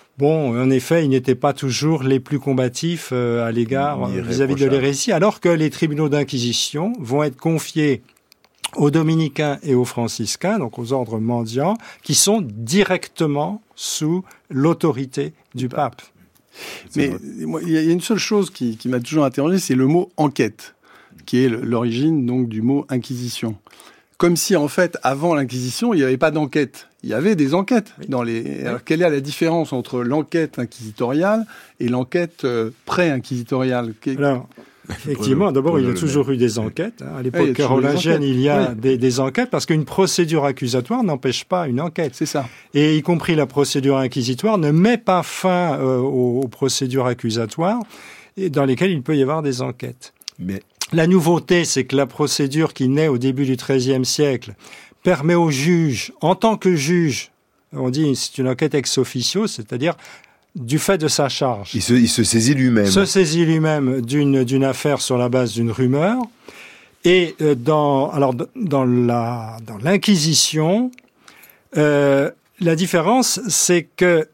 en effet, ils n'étaient pas toujours les plus combatifs à l'égard vis-à-vis de l'hérésie, alors que les tribunaux d'inquisition vont être confiés aux dominicains et aux franciscains, donc aux ordres mendiants, qui sont directement sous l'autorité du pape. Mais il y a une seule chose qui m'a toujours interrogé, c'est le mot enquête, qui est l'origine donc du mot inquisition. Comme si, en fait, avant l'Inquisition, il n'y avait pas d'enquête. Il y avait des enquêtes. Alors, quelle est la différence entre l'enquête inquisitoriale et l'enquête pré-inquisitoriale ? Alors, effectivement, d'abord, il y a toujours eu des enquêtes. À l'époque carolingienne, il y a des enquêtes, parce qu'une procédure accusatoire n'empêche pas une enquête. C'est ça. Et y compris la procédure inquisitoire ne met pas fin aux procédures accusatoires dans lesquelles il peut y avoir des enquêtes. Mais la nouveauté, c'est que la procédure qui naît au début du XIIIe siècle permet au juge, en tant que juge, on dit c'est une enquête ex officio, c'est-à-dire du fait de sa charge. Il se saisit lui-même. Se saisit lui-même d'une affaire sur la base d'une rumeur. Et dans l'Inquisition, la différence, c'est que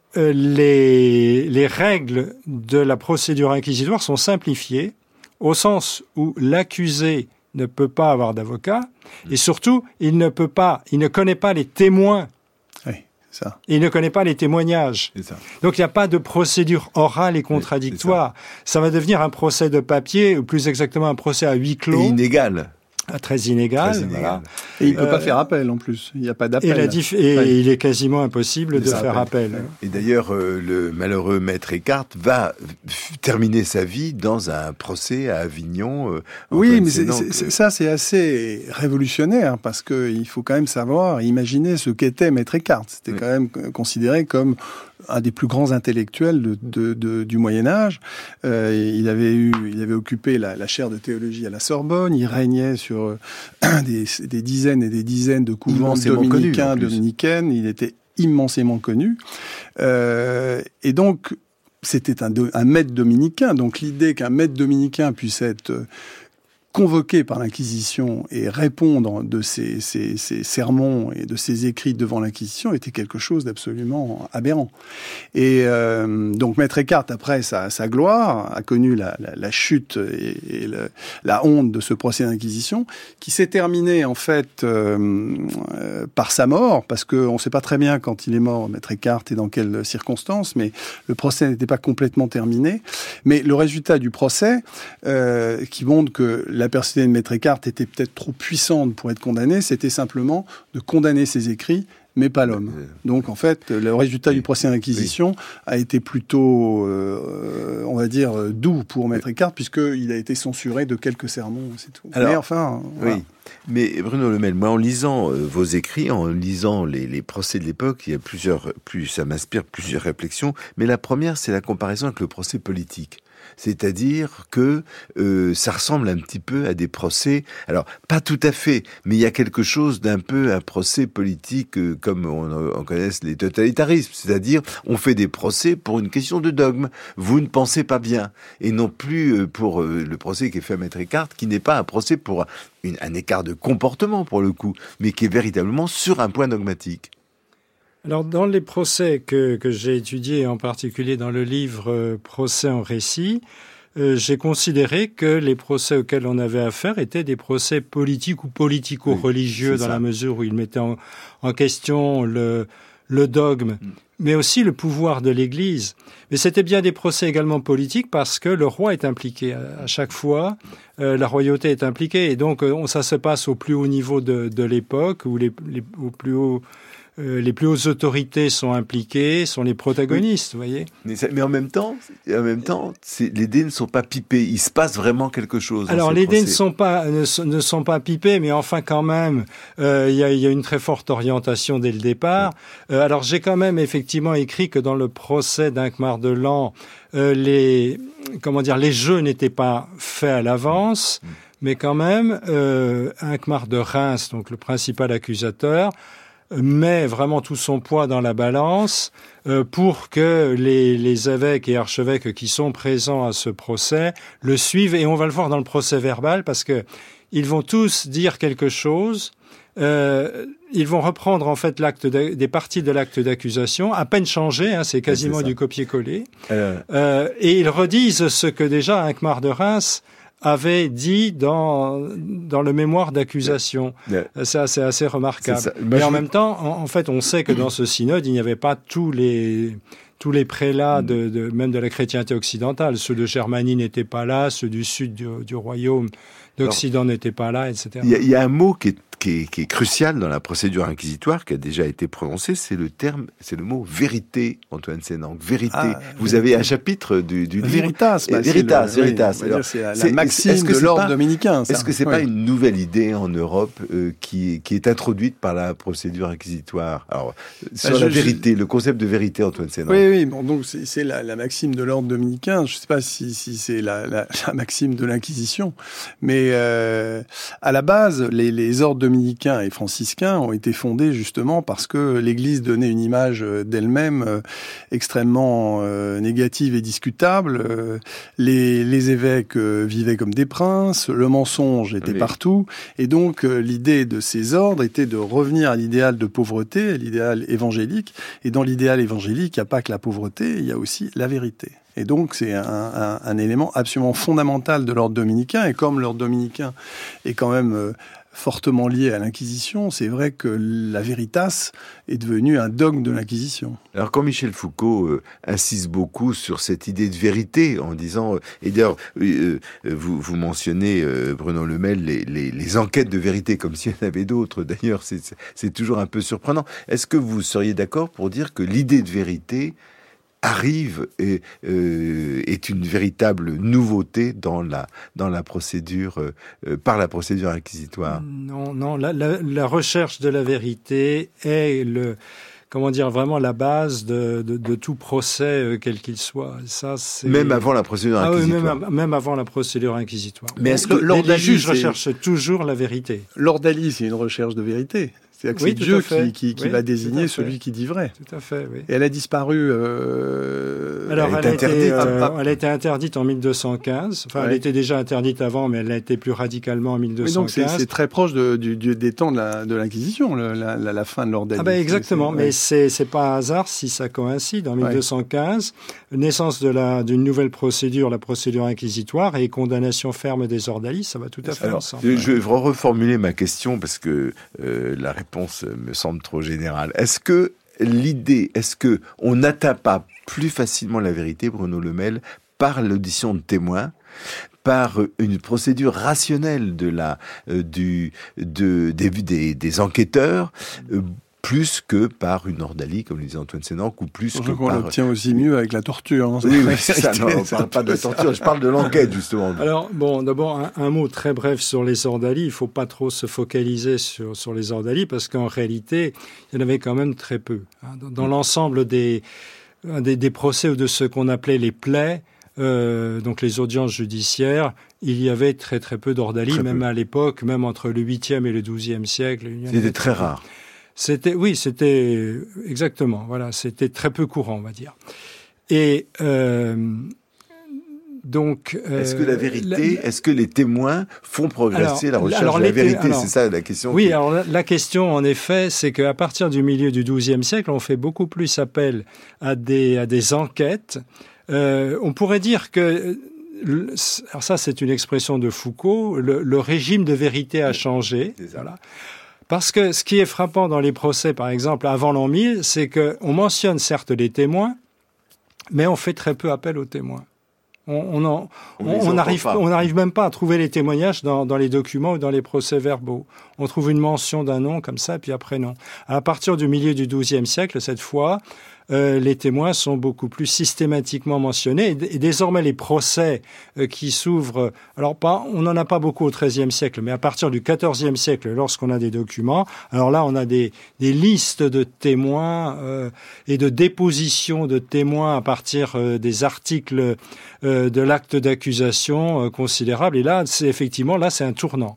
les règles de la procédure inquisitoire sont simplifiées, au sens où l'accusé ne peut pas avoir d'avocat, et surtout, il ne connaît pas les témoins. Oui, c'est ça. Il ne connaît pas les témoignages. C'est ça. Donc, il n'y a pas de procédure orale et contradictoire. Ça va devenir un procès de papier, ou plus exactement un procès à huis clos. Et inégal. Très inégal. Voilà. Et il ne peut pas faire appel en plus. Il n'y a pas d'appel. Et il est quasiment impossible de faire appel. Et d'ailleurs, le malheureux maître Eckhart va terminer sa vie dans un procès à Avignon. Oui, mais ça, c'est assez révolutionnaire parce qu'il faut quand même savoir, imaginer ce qu'était maître Eckhart. C'était quand même considéré comme un des plus grands intellectuels du Moyen-Âge. Il avait occupé la chaire de théologie à la Sorbonne. Il régnait sur des dizaines et des dizaines de couvents dominicaines. Il était immensément connu. Et donc, c'était un maître dominicain. Donc, l'idée qu'un maître dominicain puisse être convoqué par l'Inquisition et répondre de ses sermons et de ses écrits devant l'Inquisition était quelque chose d'absolument aberrant. Et donc Maître Eckhart, après sa gloire, a connu la chute et la honte de ce procès d'Inquisition, qui s'est terminé en fait par sa mort, parce qu'on ne sait pas très bien quand il est mort, Maître Eckhart, et dans quelles circonstances, mais le procès n'était pas complètement terminé. Mais le résultat du procès, qui montre que la personnalité de Maître Eckhart était peut-être trop puissante pour être condamnée, c'était simplement de condamner ses écrits, mais pas l'homme. Donc, en fait, le résultat du procès d'Inquisition a été plutôt, on va dire, doux pour Maître Eckhart, puisqu'il a été censuré de quelques sermons, c'est tout. Alors, mais enfin, voilà. Oui. Mais Bruno Lemel, moi, en lisant vos écrits, en lisant les procès de l'époque, ça m'inspire plusieurs réflexions. Mais la première, c'est la comparaison avec le procès politique. C'est-à-dire que ça ressemble un petit peu à des procès, alors pas tout à fait, mais il y a quelque chose d'un peu un procès politique comme on connaît les totalitarismes, c'est-à-dire on fait des procès pour une question de dogme, vous ne pensez pas bien, et non plus pour le procès qui est fait à Maître Eckhart, qui n'est pas un procès pour un écart de comportement pour le coup, mais qui est véritablement sur un point dogmatique. Alors, dans les procès que j'ai étudiés, en particulier dans le livre « Procès en récit », j'ai considéré que les procès auxquels on avait affaire étaient des procès politiques ou politico-religieux, dans la mesure où ils mettaient en question le dogme, mais aussi le pouvoir de l'Église. Mais c'était bien des procès également politiques parce que le roi est impliqué. À chaque fois, la royauté est impliquée. Et donc, ça se passe au plus haut niveau de l'époque, où les plus hautes autorités sont impliquées, sont les protagonistes, vous voyez. Mais en même temps, les dés ne sont pas pipés. Il se passe vraiment quelque chose. Alors, les dés ne sont pas pipés, mais enfin, quand même, il y a une très forte orientation dès le départ. Alors, j'ai quand même effectivement écrit que dans le procès d'Hincmar de Lans, les jeux n'étaient pas faits à l'avance, mais quand même, Hincmar de Reims, donc le principal accusateur, met vraiment tout son poids dans la balance pour que les évêques et archevêques qui sont présents à ce procès le suivent. Et on va le voir dans le procès verbal parce que ils vont tous dire quelque chose. Ils vont reprendre en fait des parties de l'acte d'accusation, à peine changé, c'est quasiment du copier-coller. Et ils redisent ce que déjà Hincmar de Reims avait dit dans le mémoire d'accusation. Ça, c'est assez remarquable. Et en même temps, en fait, on sait que dans ce synode, il n'y avait pas tous les prélats même de la chrétienté occidentale. Ceux de Germanie n'étaient pas là, ceux du sud du royaume d'Occident n'étaient pas là, etc. Il y a un mot qui est crucial dans la procédure inquisitoire, qui a déjà été prononcé, c'est le mot vérité, Antoine Sénanque. Vérité. Vous avez un chapitre du livre. Veritas. Veritas. Alors, c'est la maxime de l'ordre dominicain. Est-ce que c'est pas une nouvelle idée en Europe qui est introduite par la procédure inquisitoire? Alors, sur la vérité, le concept de vérité, Antoine Sénanque. Oui. Bon, donc c'est la maxime de l'ordre dominicain. Je ne sais pas si c'est la maxime de l'Inquisition, mais à la base, les ordres dominicains et franciscains ont été fondés justement parce que l'Église donnait une image d'elle-même extrêmement négative et discutable. Les évêques vivaient comme des princes, le mensonge était partout, et donc l'idée de ces ordres était de revenir à l'idéal de pauvreté, à l'idéal évangélique, et dans l'idéal évangélique, il n'y a pas que la pauvreté, il y a aussi la vérité. Et donc, c'est un élément absolument fondamental de l'ordre dominicain. Et comme l'ordre dominicain est quand même fortement lié à l'Inquisition, c'est vrai que la veritas est devenue un dogme de l'Inquisition. Alors quand Michel Foucault insiste beaucoup sur cette idée de vérité, en disant, et d'ailleurs vous mentionnez Bruno Lemel les enquêtes de vérité comme s'il y en avait d'autres, d'ailleurs c'est toujours un peu surprenant. Est-ce que vous seriez d'accord pour dire que l'idée de vérité arrive et est une véritable nouveauté dans la procédure par la procédure inquisitoire? Non, la recherche de la vérité est vraiment la base de tout procès quel qu'il soit. Ça, c'est... Même avant la procédure inquisitoire. Oui, même avant la procédure inquisitoire. Mais est-ce que les juges recherchent toujours la vérité? L'ordalie, c'est une recherche de vérité. C'est-à-dire que c'est Dieu qui va désigner celui qui dit vrai. Tout à fait, oui. Et elle a disparu... Alors, elle a été interdite en 1215. Enfin, elle était déjà interdite avant, mais elle a été plus radicalement en 1215. Oui, donc c'est très proche des temps de l'Inquisition, la fin de l'ordalie. Ah ben exactement, mais c'est pas un hasard si ça coïncide. En 1215, naissance d'une nouvelle procédure, la procédure inquisitoire, et condamnation ferme des ordalies, ça va tout à fait ensemble. Je vais reformuler ma question parce que la réponse me semble trop générale. Est-ce que on n'atteint pas plus facilement la vérité, Bruno Lemel, par l'audition de témoins, par une procédure rationnelle des enquêteurs, plus que par une ordalie, comme le disait Antoine Sénanque, ou plus que on l'obtient aussi mieux avec la torture. Hein, oui, c'est ça. Non, on ne parle pas de la torture, je parle de l'enquête, justement. Alors, d'abord, un mot très bref sur les ordalies. Il ne faut pas trop se focaliser sur les ordalies, parce qu'en réalité, il y en avait quand même très peu. Dans l'ensemble des procès ou de ce qu'on appelait les plaies, donc les audiences judiciaires, il y avait très très peu d'ordalies, même à l'époque, même entre le 8e et le 12e siècle. C'était très rare. C'était exactement, voilà, c'était très peu courant, on va dire. Et donc, est-ce que la vérité, est-ce que les témoins font progresser la recherche de la vérité? C'est ça la question. Oui, alors la question, en effet, c'est qu'à partir du milieu du XIIe siècle, on fait beaucoup plus appel à des enquêtes. On pourrait dire que, alors ça, c'est une expression de Foucault, le régime de vérité a changé. Voilà. Parce que ce qui est frappant dans les procès, par exemple, avant l'an 1000, c'est qu'on mentionne certes les témoins, mais on fait très peu appel aux témoins. On n'arrive même pas à trouver les témoignages dans les documents ou dans les procès-verbaux. On trouve une mention d'un nom comme ça, puis après non. À partir du milieu du XIIe siècle, cette fois, les témoins sont beaucoup plus systématiquement mentionnés. Et désormais, les procès qui s'ouvrent, alors on n'en a pas beaucoup au XIIIe siècle, mais à partir du XIVe siècle, lorsqu'on a des documents, alors là, on a des listes de témoins et de dépositions de témoins à partir des articles de l'acte d'accusation considérables. Et là, c'est un tournant.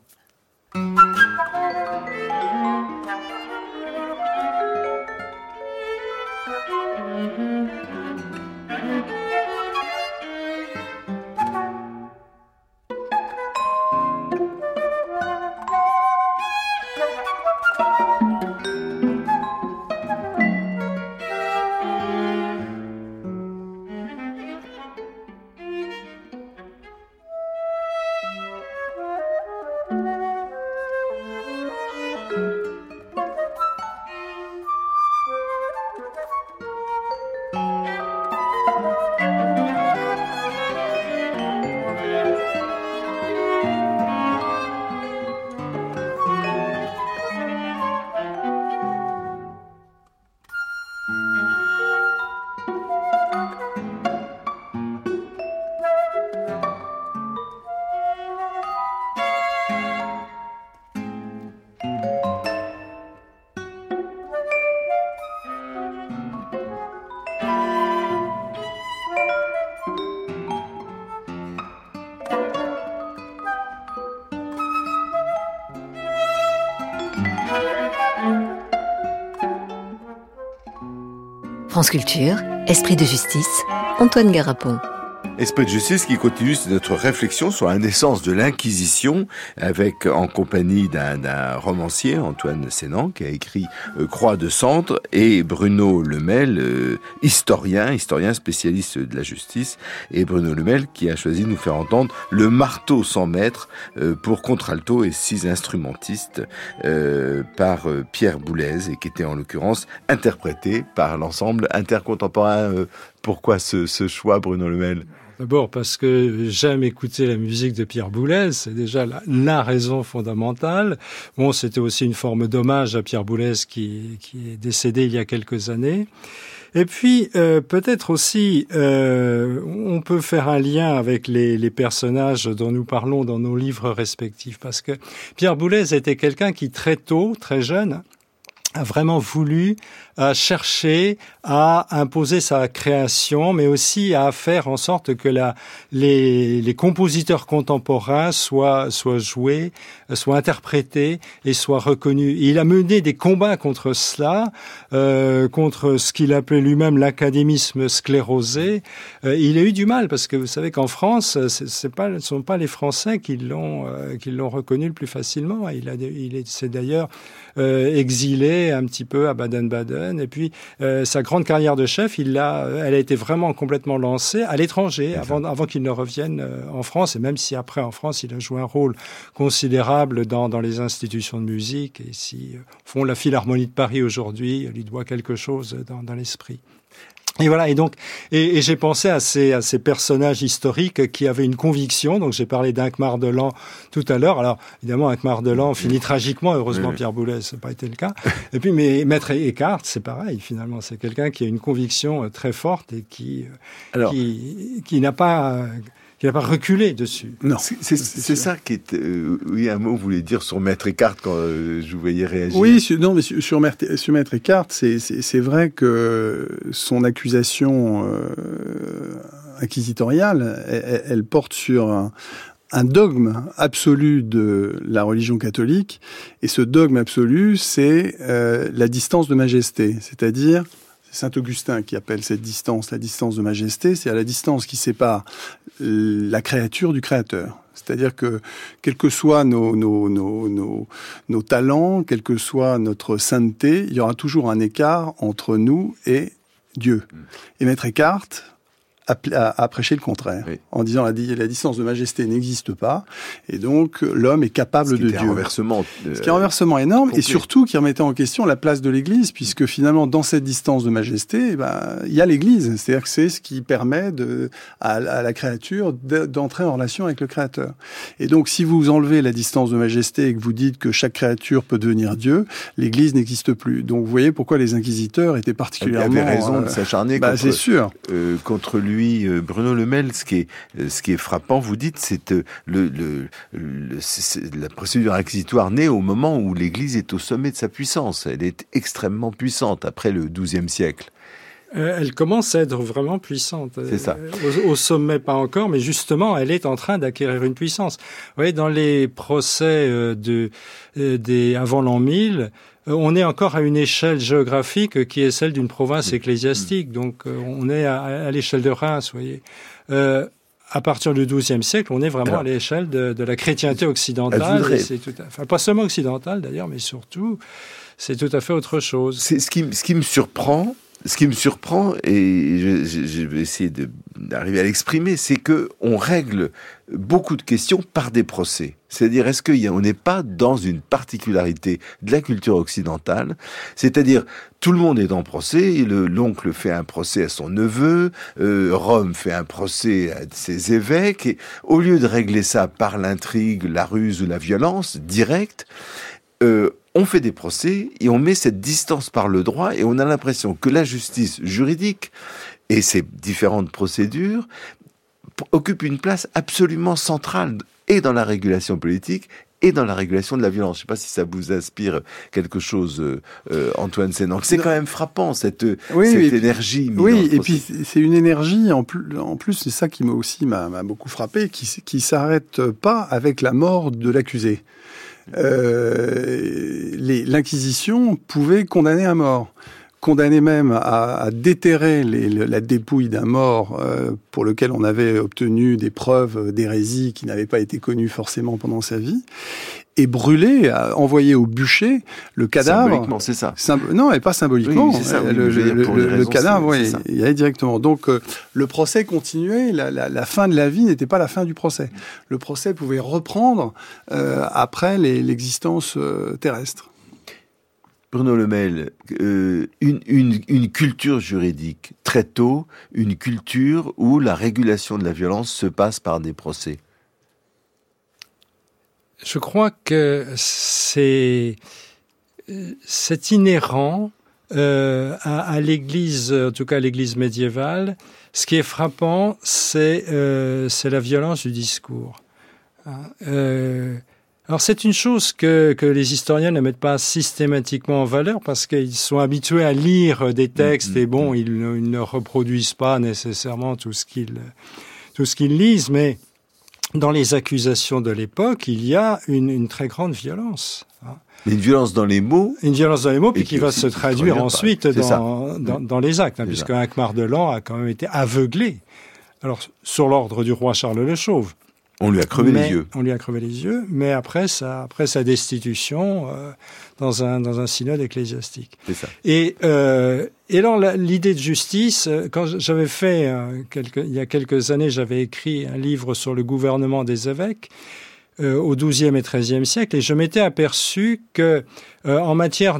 France Culture, Esprit de justice, Antoine Garapon. Esprit de justice qui continue notre réflexion sur la naissance de l'Inquisition avec, en compagnie d'un romancier, Antoine Sénan, qui a écrit Croix de Centre, et Bruno Lemel, historien spécialiste de la justice, et Bruno Lemel qui a choisi de nous faire entendre Le marteau sans maître pour contralto et 6 instrumentistes par Pierre Boulez, et qui était en l'occurrence interprété par l'ensemble intercontemporain. Pourquoi ce choix, Bruno Lemel ? D'abord parce que j'aime écouter la musique de Pierre Boulez, c'est déjà la raison fondamentale. Bon, c'était aussi une forme d'hommage à Pierre Boulez qui est décédé il y a quelques années. Et puis, peut-être aussi, on peut faire un lien avec les personnages dont nous parlons dans nos livres respectifs, parce que Pierre Boulez était quelqu'un qui très tôt, très jeune, a vraiment voulu chercher à imposer sa création, mais aussi à faire en sorte que les compositeurs contemporains soient joués, soient interprétés et soient reconnus. Et il a mené des combats contre cela, contre ce qu'il appelait lui-même l'académisme sclérosé. Il a eu du mal parce que vous savez qu'en France, ce ne sont pas les Français qui l'ont reconnu le plus facilement. Il s'est d'ailleurs exilé un petit peu à Baden-Baden. Et puis, sa grande carrière de chef, elle a été vraiment complètement lancée à l'étranger, avant qu'il ne revienne en France. Et même si après, en France, il a joué un rôle considérable dans les institutions de musique. Et si, font la Philharmonie de Paris aujourd'hui, lui doit quelque chose dans l'esprit. Et voilà, et donc, et j'ai pensé à ces personnages historiques qui avaient une conviction. Donc, j'ai parlé d'Hincmar Delan tout à l'heure. Alors, évidemment, Hincmar Delan finit tragiquement. Heureusement, Pierre Boulez, ça n'a pas été le cas. Et puis, mais Maître Eckhart, c'est pareil, finalement. C'est quelqu'un qui a une conviction très forte et qui n'a pas reculé dessus. Non, c'est ça qui est... oui, un mot, vous voulez dire sur Maître Eckhart quand je vous voyais réagir. Oui, mais sur Maître Eckhart, c'est vrai que son accusation inquisitoriale, elle porte sur un dogme absolu de la religion catholique. Et ce dogme absolu, c'est la distance de majesté. C'est-à-dire... C'est Saint-Augustin qui appelle cette distance la distance de majesté, c'est à la distance qui sépare la créature du créateur. C'est-à-dire que, quels que soient nos talents, quelle que soit notre sainteté, il y aura toujours un écart entre nous et Dieu. Et Maître Eckhart a prêché le contraire, en disant la distance de majesté n'existe pas, et donc l'homme est capable de Dieu. Ce qui est un renversement énorme, complet. Et surtout qui remettait en question la place de l'Église, puisque finalement, dans cette distance de majesté, il y a l'Église. C'est-à-dire que c'est ce qui permet à la créature d'entrer en relation avec le Créateur. Et donc, si vous enlevez la distance de majesté et que vous dites que chaque créature peut devenir Dieu, l'Église n'existe plus. Donc, vous voyez pourquoi les inquisiteurs étaient particulièrement... Il avait raison de s'acharner contre lui. Bruno Lemel, ce qui est frappant, vous dites, c'est la procédure inquisitoire née au moment où l'Église est au sommet de sa puissance. Elle est extrêmement puissante après le XIIe siècle. Elle commence à être vraiment puissante. C'est ça. Au sommet, pas encore, mais justement, elle est en train d'acquérir une puissance. Vous voyez, dans les procès avant l'an 1000, on est encore à une échelle géographique qui est celle d'une province ecclésiastique. Donc, on est à l'échelle de Reims, vous voyez. À partir du XIIe siècle, on est vraiment à l'échelle de la chrétienté occidentale. Pas seulement occidentale, d'ailleurs, mais surtout, c'est tout à fait autre chose. C'est ce qui me surprend. Ce qui me surprend, et je vais essayer d'arriver à l'exprimer, c'est que on règle beaucoup de questions par des procès. C'est-à-dire, est-ce qu'on n'est pas dans une particularité de la culture occidentale? C'est-à-dire, tout le monde est en procès, l'oncle fait un procès à son neveu, Rome fait un procès à ses évêques, et au lieu de régler ça par l'intrigue, la ruse ou la violence directe, on fait des procès et on met cette distance par le droit et on a l'impression que la justice juridique et ses différentes procédures occupent une place absolument centrale et dans la régulation politique et dans la régulation de la violence. Je ne sais pas si ça vous inspire quelque chose, Antoine Sénan. C'est quand même frappant, cette énergie. Oui, et puis c'est une énergie, en plus c'est ça qui m'a beaucoup frappé, qui s'arrête pas avec la mort de l'accusé. L'Inquisition pouvait condamner à mort. condamné même à déterrer la dépouille d'un mort pour lequel on avait obtenu des preuves d'hérésie qui n'avaient pas été connues forcément pendant sa vie, et brûlé, envoyé au bûcher le cadavre. Symboliquement, c'est ça. Non, et pas symboliquement. Oui, c'est ça, le cadavre, oui, il y allait directement. Donc, le procès continuait. La fin de la vie n'était pas la fin du procès. Le procès pouvait reprendre après l'existence terrestre. Bruno Le Mail, une culture juridique, très tôt, une culture où la régulation de la violence se passe par des procès. Je crois que c'est inhérent à l'Église, en tout cas à l'Église médiévale. Ce qui est frappant, c'est la violence du discours. Alors c'est une chose que les historiens ne mettent pas systématiquement en valeur parce qu'ils sont habitués à lire des textes et bon, ils ne reproduisent pas nécessairement tout ce qu'ils lisent, mais dans les accusations de l'époque, il y a une très grande violence. Une violence dans les mots. Une violence dans les mots, puis qui va se traduire ensuite dans les actes, puisque Hincmar de Lans a quand même été aveuglé. Alors, sur l'ordre du roi Charles le Chauve. On lui a crevé les yeux. On lui a crevé les yeux, mais après sa destitution dans un synode ecclésiastique. C'est ça. Et alors l'idée de justice, quand j'avais fait il y a quelques années, j'avais écrit un livre sur le gouvernement des évêques au XIIe et XIIIe siècle, et je m'étais aperçu que en matière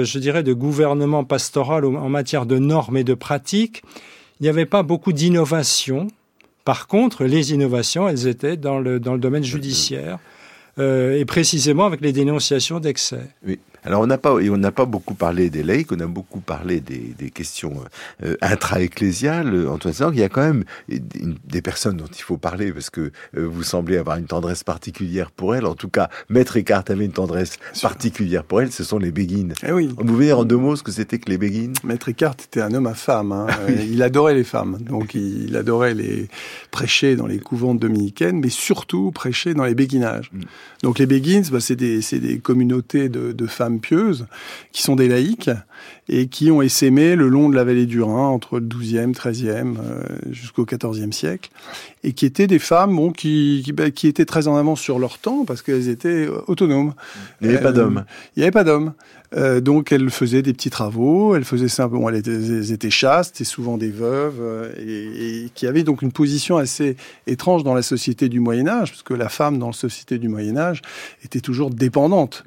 de gouvernement pastoral, en matière de normes et de pratiques, il n'y avait pas beaucoup d'innovation. Par contre, les innovations, elles étaient dans le domaine judiciaire, et précisément avec les dénonciations d'excès. Oui. Alors on n'a pas beaucoup parlé des laïcs, on a beaucoup parlé des questions intra-ecclésiales. Antoine Sénanque, il y a quand même des personnes dont il faut parler parce que vous semblez avoir une tendresse particulière pour elles. En tout cas, Maître Eckhart avait une tendresse particulière pour elles. Ce sont les béguines. Eh oui. Vous pouvez dire en deux mots ce que c'était que les béguines ? Maître Eckhart était un homme à femmes. Oui. Il adorait les femmes. Donc il adorait les prêcher dans les couvents dominicaines, mais surtout prêcher dans les béguinages. Donc les béguines, c'est des communautés de femmes pieuses qui sont des laïcs et qui ont essaimé le long de la vallée du Rhin entre le XIIe, XIIIe jusqu'au XIVe siècle, et qui étaient des femmes qui étaient très en avance sur leur temps parce qu'elles étaient autonomes. Il n'y avait pas d'hommes. Il n'y avait pas d'hommes. Donc elles faisaient des petits travaux, elles étaient chastes, et souvent des veuves, et qui avaient donc une position assez étrange dans la société du Moyen-Âge, parce que la femme dans la société du Moyen-Âge était toujours dépendante.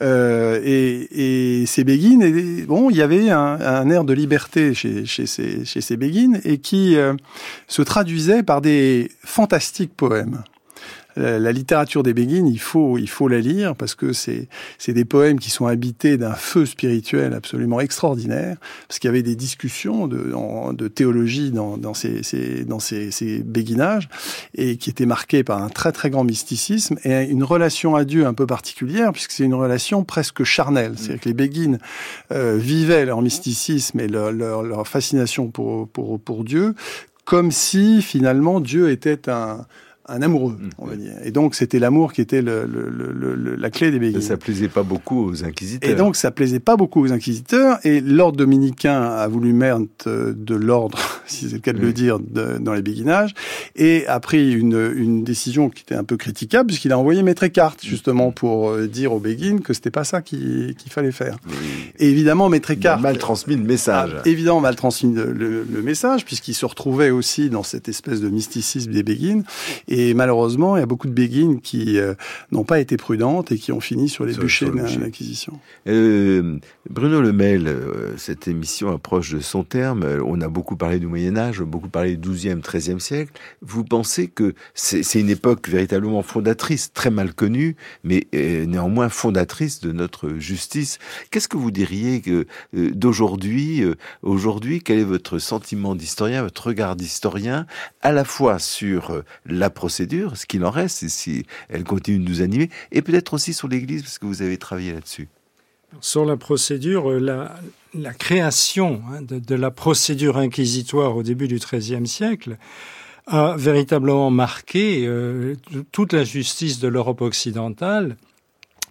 Et ces béguines, il y avait un air de liberté chez ces béguines, et qui se traduisait par des fantastiques poèmes. La littérature des béguines, il faut la lire parce que c'est des poèmes qui sont habités d'un feu spirituel absolument extraordinaire, parce qu'il y avait des discussions de théologie dans ces béguinages, et qui étaient marqués par un très très grand mysticisme et une relation à Dieu un peu particulière, puisque c'est une relation presque charnelle. C'est-à-dire que les béguines vivaient leur mysticisme et leur fascination pour Dieu comme si finalement Dieu était un amoureux, on va dire. Et donc, c'était l'amour qui était la clé des béguines. Ça plaisait pas beaucoup aux inquisiteurs. Et donc, ça plaisait pas beaucoup aux inquisiteurs. Et l'ordre dominicain a voulu mettre de l'ordre, si c'est le cas de le dire, dans les béguinages. Et a pris une décision qui était un peu critiquable, puisqu'il a envoyé Maître Eckhart, justement, pour dire aux béguines que c'était pas ça qu'il fallait faire. Et évidemment, Maître Eckhart... mal transmis le message. Évidemment, mal transmis le message, puisqu'il se retrouvait aussi dans cette espèce de mysticisme des béguines. Et malheureusement, il y a beaucoup de béguines qui n'ont pas été prudentes et qui ont fini sur les bûchers de l'Inquisition. Bruno Le Mail, cette émission approche de son terme. On a beaucoup parlé du Moyen-Âge, beaucoup parlé du XIIe, XIIIe siècle. Vous pensez que c'est une époque véritablement fondatrice, très mal connue, mais néanmoins fondatrice de notre justice. Qu'est-ce que vous diriez d'aujourd'hui? Aujourd'hui, quel est votre sentiment d'historien, votre regard d'historien, à la fois sur la procédure, ce qu'il en reste, et si elle continue de nous animer, et peut-être aussi sur l'Église, parce que vous avez travaillé là-dessus. Sur la procédure, la création de la procédure inquisitoire au début du XIIIe siècle a véritablement marqué toute la justice de l'Europe occidentale,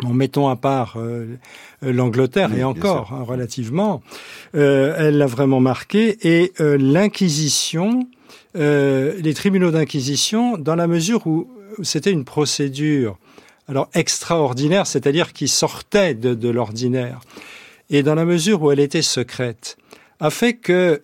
Bon, mettons à part l'Angleterre, oui, et encore, relativement, elle l'a vraiment marqué. Et l'Inquisition, les tribunaux d'Inquisition, dans la mesure où c'était une procédure alors extraordinaire, c'est-à-dire qui sortait de l'ordinaire, et dans la mesure où elle était secrète, a fait que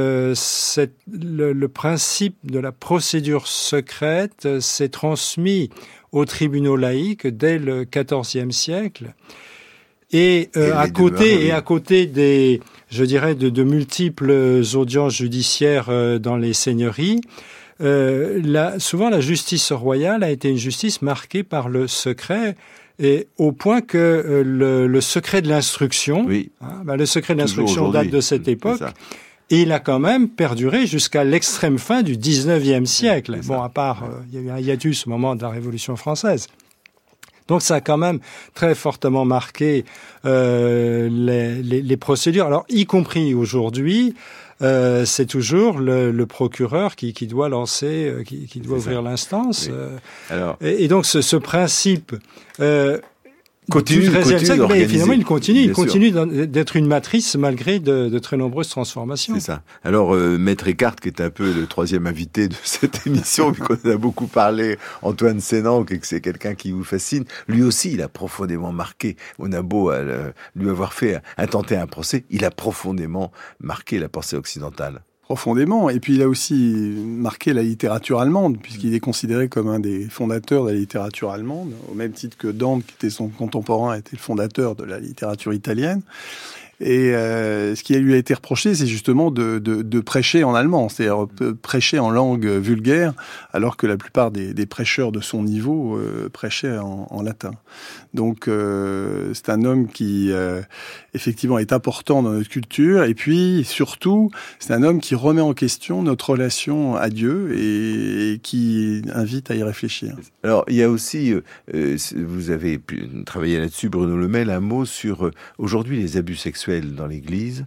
le principe de la procédure secrète s'est transmis aux tribunaux laïques dès le XIVe siècle. Et à côté des, je dirais, de multiples audiences judiciaires dans les seigneuries, souvent la justice royale a été une justice marquée par le secret, et au point que le secret de l'instruction, le secret de l'instruction date de cette époque, et il a quand même perduré jusqu'à l'extrême fin du XIXe siècle. Bon, à part, il y a eu un hiatus au moment de la Révolution française. Donc ça a quand même très fortement marqué les procédures. Alors, y compris aujourd'hui, c'est toujours le procureur qui doit lancer, qui doit ouvrir l'instance. Oui. Et donc ce principe continue siècle, mais finalement il continue d'être une matrice malgré de très nombreuses transformations. C'est ça. Alors Maître Eckhart, qui est un peu le troisième invité de cette émission, vu qu'on en a beaucoup parlé, Antoine Sénan, que c'est quelqu'un qui vous fascine, lui aussi il a profondément marqué. On a beau lui avoir fait intenter un procès, il a profondément marqué la pensée occidentale. Profondément. Et puis il a aussi marqué la littérature allemande, puisqu'il est considéré comme un des fondateurs de la littérature allemande, au même titre que Dante, qui était son contemporain, était le fondateur de la littérature italienne. Et ce qui lui a été reproché, c'est justement de prêcher en allemand, c'est-à-dire prêcher en langue vulgaire, alors que la plupart des prêcheurs de son niveau prêchaient en latin. Donc c'est un homme qui effectivement est important dans notre culture, et puis surtout c'est un homme qui remet en question notre relation à Dieu et qui invite à y réfléchir. Alors il y a aussi, vous avez pu travailler là-dessus, Bruno Lemel, un mot sur aujourd'hui les abus sexuels dans l'Église.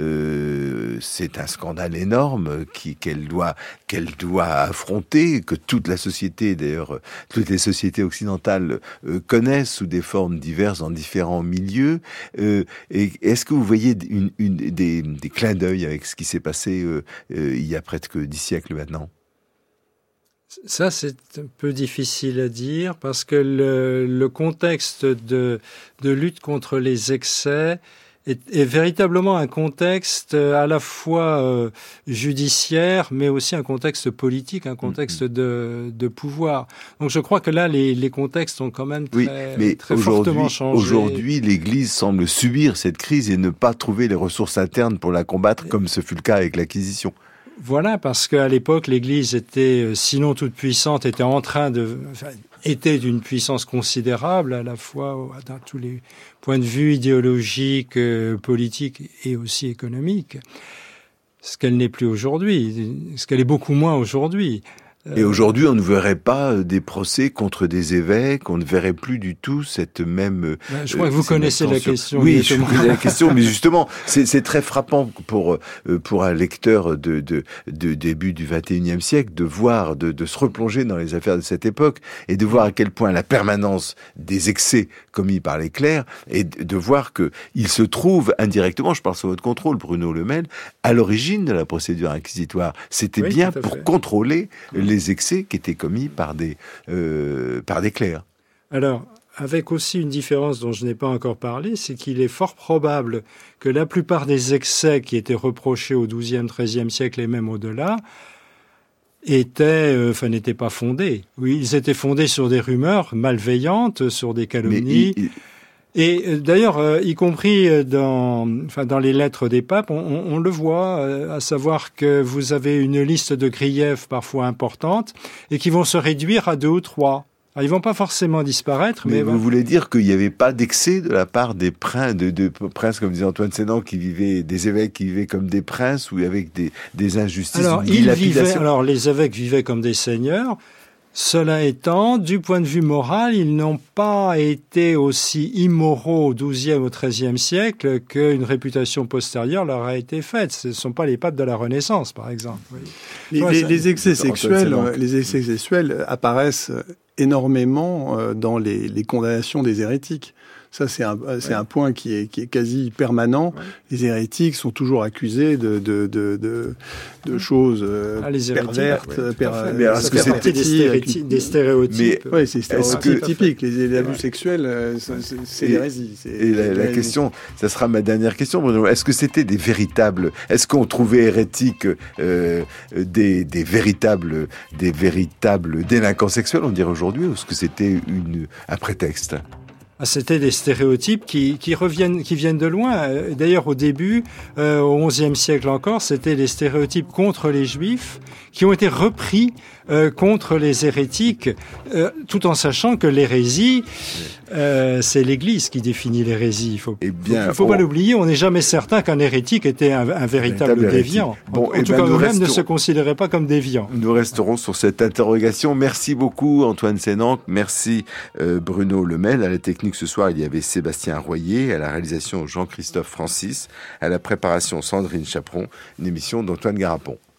C'est un scandale énorme qu'elle doit affronter, que toute la société, d'ailleurs toutes les sociétés occidentales connaissent sous des formes diverses dans différents milieux. Et est-ce que vous voyez des clins d'œil avec ce qui s'est passé il y a près de 10 siècles maintenant ? Ça, c'est un peu difficile à dire parce que le contexte de lutte contre les excès est véritablement un contexte à la fois judiciaire, mais aussi un contexte politique, un contexte de pouvoir. Donc je crois que là, les contextes ont quand même très fortement changé. Aujourd'hui, l'Église semble subir cette crise et ne pas trouver les ressources internes pour la combattre, comme ce fut le cas avec l'Inquisition. Voilà, parce qu'à l'époque, l'Église était, sinon toute puissante, était d'une puissance considérable, à la fois dans tous les points de vue idéologiques, politiques et aussi économiques. Ce qu'elle n'est plus aujourd'hui, ce qu'elle est beaucoup moins aujourd'hui. Et aujourd'hui, on ne verrait pas des procès contre des évêques, on ne verrait plus du tout cette même... je crois que vous connaissez la question. Oui, je connais la question, mais justement, c'est très frappant pour un lecteur de début du XXIe siècle de voir, de se replonger dans les affaires de cette époque et de voir à quel point la permanence des excès commis par les clercs et de voir que il se trouve indirectement, je parle sous votre contrôle, Bruno Lemel, à l'origine de la procédure inquisitoire. C'était bien pour contrôler les excès qui étaient commis par des clercs. Alors, avec aussi une différence dont je n'ai pas encore parlé, c'est qu'il est fort probable que la plupart des excès qui étaient reprochés au XIIe, XIIIe siècle et même au-delà n'étaient pas fondés. Oui, ils étaient fondés sur des rumeurs malveillantes, sur des calomnies. Et d'ailleurs, y compris dans les lettres des papes, on le voit, à savoir que vous avez une liste de griefs parfois importantes et qui vont se réduire à 2 ou 3. Alors, ils vont pas forcément disparaître, mais vous voulez dire qu'il n'y avait pas d'excès de la part des princes, de princes, comme disait Antoine Sénan, des évêques qui vivaient comme des princes ou avec des injustices, alors, les évêques vivaient comme des seigneurs. Cela étant, du point de vue moral, ils n'ont pas été aussi immoraux au XIIe ou au XIIIe siècle qu'une réputation postérieure leur a été faite. Ce ne sont pas les papes de la Renaissance, par exemple. Oui. Les excès sexuels apparaissent énormément dans les condamnations des hérétiques. Ça, c'est un point qui est quasi permanent. Ouais. Les hérétiques sont toujours accusés de choses pervertes. Mais est-ce que c'est des stéréotypes? Oui, c'est stéréotypes typiques. Les abus sexuels, c'est l'hérésie. Et la question, ça sera ma dernière question, Bruno. Est-ce que c'était est-ce qu'on trouvait hérétiques des véritables délinquants sexuels, on dirait aujourd'hui, ou est-ce que c'était un prétexte? C'était des stéréotypes qui viennent de loin. D'ailleurs, au début, au XIe siècle encore, c'était les stéréotypes contre les Juifs qui ont été repris contre les hérétiques, tout en sachant que l'hérésie, c'est l'Église qui définit l'hérésie. Il faut pas l'oublier. On n'est jamais certain qu'un hérétique était un véritable déviant. En tout cas, eux-mêmes ne se considéraient pas comme déviants. Nous resterons sur cette interrogation. Merci beaucoup, Antoine Sénanque. Merci, Bruno Lemel. À la technique ce soir, il y avait Sébastien Royer. À la réalisation, Jean-Christophe Francis. À la préparation, Sandrine Chaperon. Une émission d'Antoine Garapon.